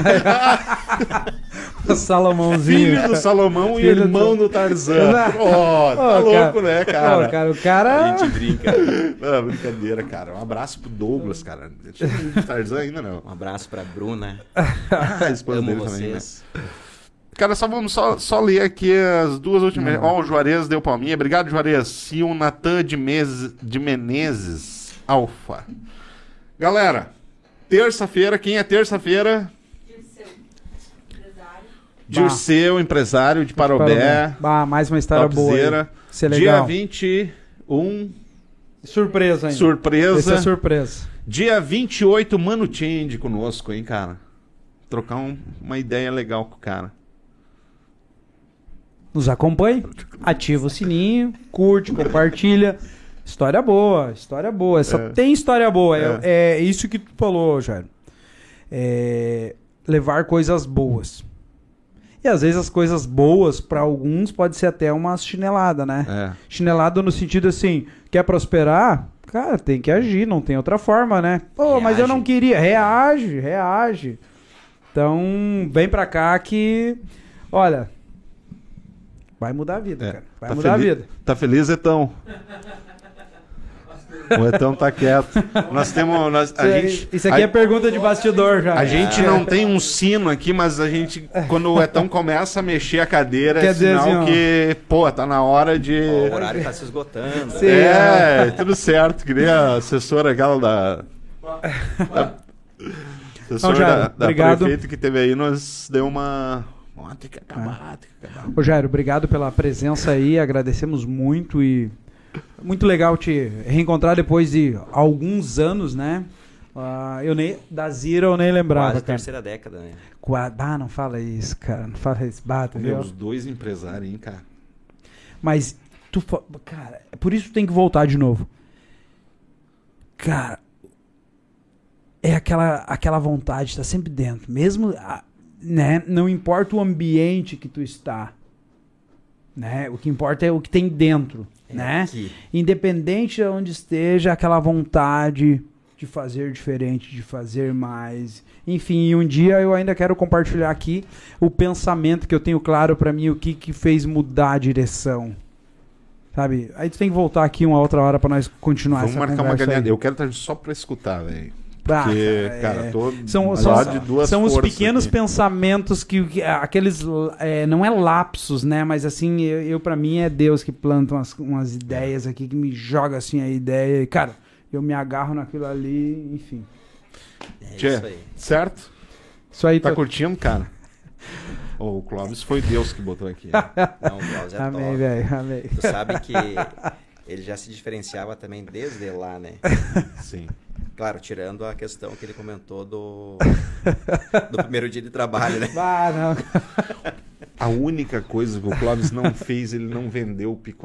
Salomãozinho. Filho do Salomão e Filho irmão do- do Tarzan. Ó, tá Ô, louco, cara. né, Pô, cara? cara, o cara... A gente brinca. Não, brincadeira, cara. Um abraço pro Douglas, cara. Deixa eu de Tarzan ainda não. Um abraço pra Bruna. A esposa Amo dele também, né? vocês. Cara, só vamos só, só ler aqui as duas últimas. Ó, o Juarez deu palminha. Obrigado, Juarez. E o Natan de, Mez... de Menezes Alfa. Galera, terça-feira, quem é terça-feira? Dirceu, empresário. Dirceu, empresário de Parobé. Bah, mais uma história boa aí. Topzera. Isso é Dia legal. vinte e um, Surpresa ainda. surpresa. Esse é surpresa. Dia vinte e oito, Mano Change conosco, hein, cara? Trocar um- uma ideia legal com o cara. Nos acompanhe, ativa o sininho, curte, compartilha. História boa, história boa. Só É. tem história boa. É. É. é isso que tu falou, Jairo. É levar coisas boas. E às vezes as coisas boas, para alguns, pode ser até uma chinelada, né? É. Chinelada no sentido assim, quer prosperar? Cara, tem que agir, não tem outra forma, né? Pô, mas eu não Reage. queria. Reage, reage. Então, vem pra cá que, olha, vai mudar a vida, É. cara. Vai Tá mudar feliz- a vida. Tá feliz, Etão? O Etão tá quieto. Nós temos. Nós, a isso, gente, isso aqui a, é pergunta de bastidor já. a gente não tem um sino aqui, mas a gente, quando o Etão começa a mexer a cadeira, Quer é dizer sinal assim, ó. que, pô, tá na hora de. O horário tá se esgotando. Sim. É, tudo certo. Que nem a assessora aquela da. da assessora Não, Jairo, da, da obrigado. prefeita que teve aí, nos deu uma. Ó, tem que acabar, tem que acabar. Ô Jairo, obrigado pela presença aí, agradecemos muito e muito legal te reencontrar depois de alguns anos, né? Ah, eu nem, da Zira eu nem lembrava, Quase cara. terceira década, né? Qua- Ah, não fala isso, cara, não fala isso, bata, viu? Meu, os dois empresários, hein, cara. Mas, tu, fa- cara, é por isso que tu tem que voltar de novo. Cara, é aquela, aquela vontade, tá sempre dentro, mesmo, ah, né? Não importa o ambiente que tu está, né? O que importa é o que tem dentro, É né? aqui. Independente de onde esteja, aquela vontade de fazer diferente, de fazer mais. Enfim, um dia eu ainda quero compartilhar aqui o pensamento que eu tenho claro pra mim, o que, que fez mudar a direção. Sabe? Aí tu tem que voltar aqui uma outra hora pra nós continuar Vamos essa marcar uma conversa galinha. aí. Eu quero estar só pra escutar, velho. Ah, Porque, cara, cara, é- tô São, do são, lado de duas são os forças pequenos aqui. pensamentos que, que aqueles é, não é lapsos, né? Mas assim, eu, eu para mim é Deus que planta umas, umas ideias aqui que me joga assim a ideia e cara, eu me agarro naquilo ali, enfim. É Tchê, isso aí. certo? Isso aí Tá tá curtindo, cara? Ô, o Clóvis foi Deus que botou aqui. Não, o Klaus é Amém, top. velho, amém. Tu sabe que ele já se diferenciava também desde lá, né? Sim. Claro, tirando a questão que ele comentou do, do primeiro dia de trabalho, né? Ah, não. A única coisa que o Clóvis não fez, ele não vendeu o picolé.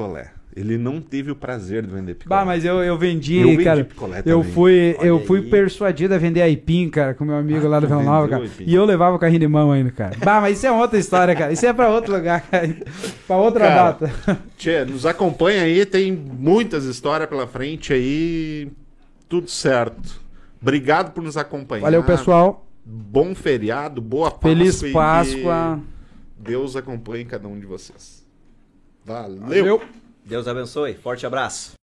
Ele não teve o prazer de vender picolé. Bah, mas eu, eu vendi, Eu vendi cara. picolé Eu também. fui, Olha eu fui aí. persuadido a vender aipim, cara, com meu amigo Ah, lá do tu Vila Nova, vendeu cara. aipim? E eu levava o carrinho de mão ainda, cara. Bah, mas isso é outra história, cara. Isso é pra outro lugar, cara. Pra outra Cara, data. Tchê, nos acompanha aí, tem muitas histórias pela frente aí. Tudo certo. Obrigado por nos acompanhar. Valeu, pessoal. Bom feriado, boa Páscoa. Feliz e que Páscoa. Deus acompanhe cada um de vocês. Valeu. Valeu. Deus abençoe. Forte abraço.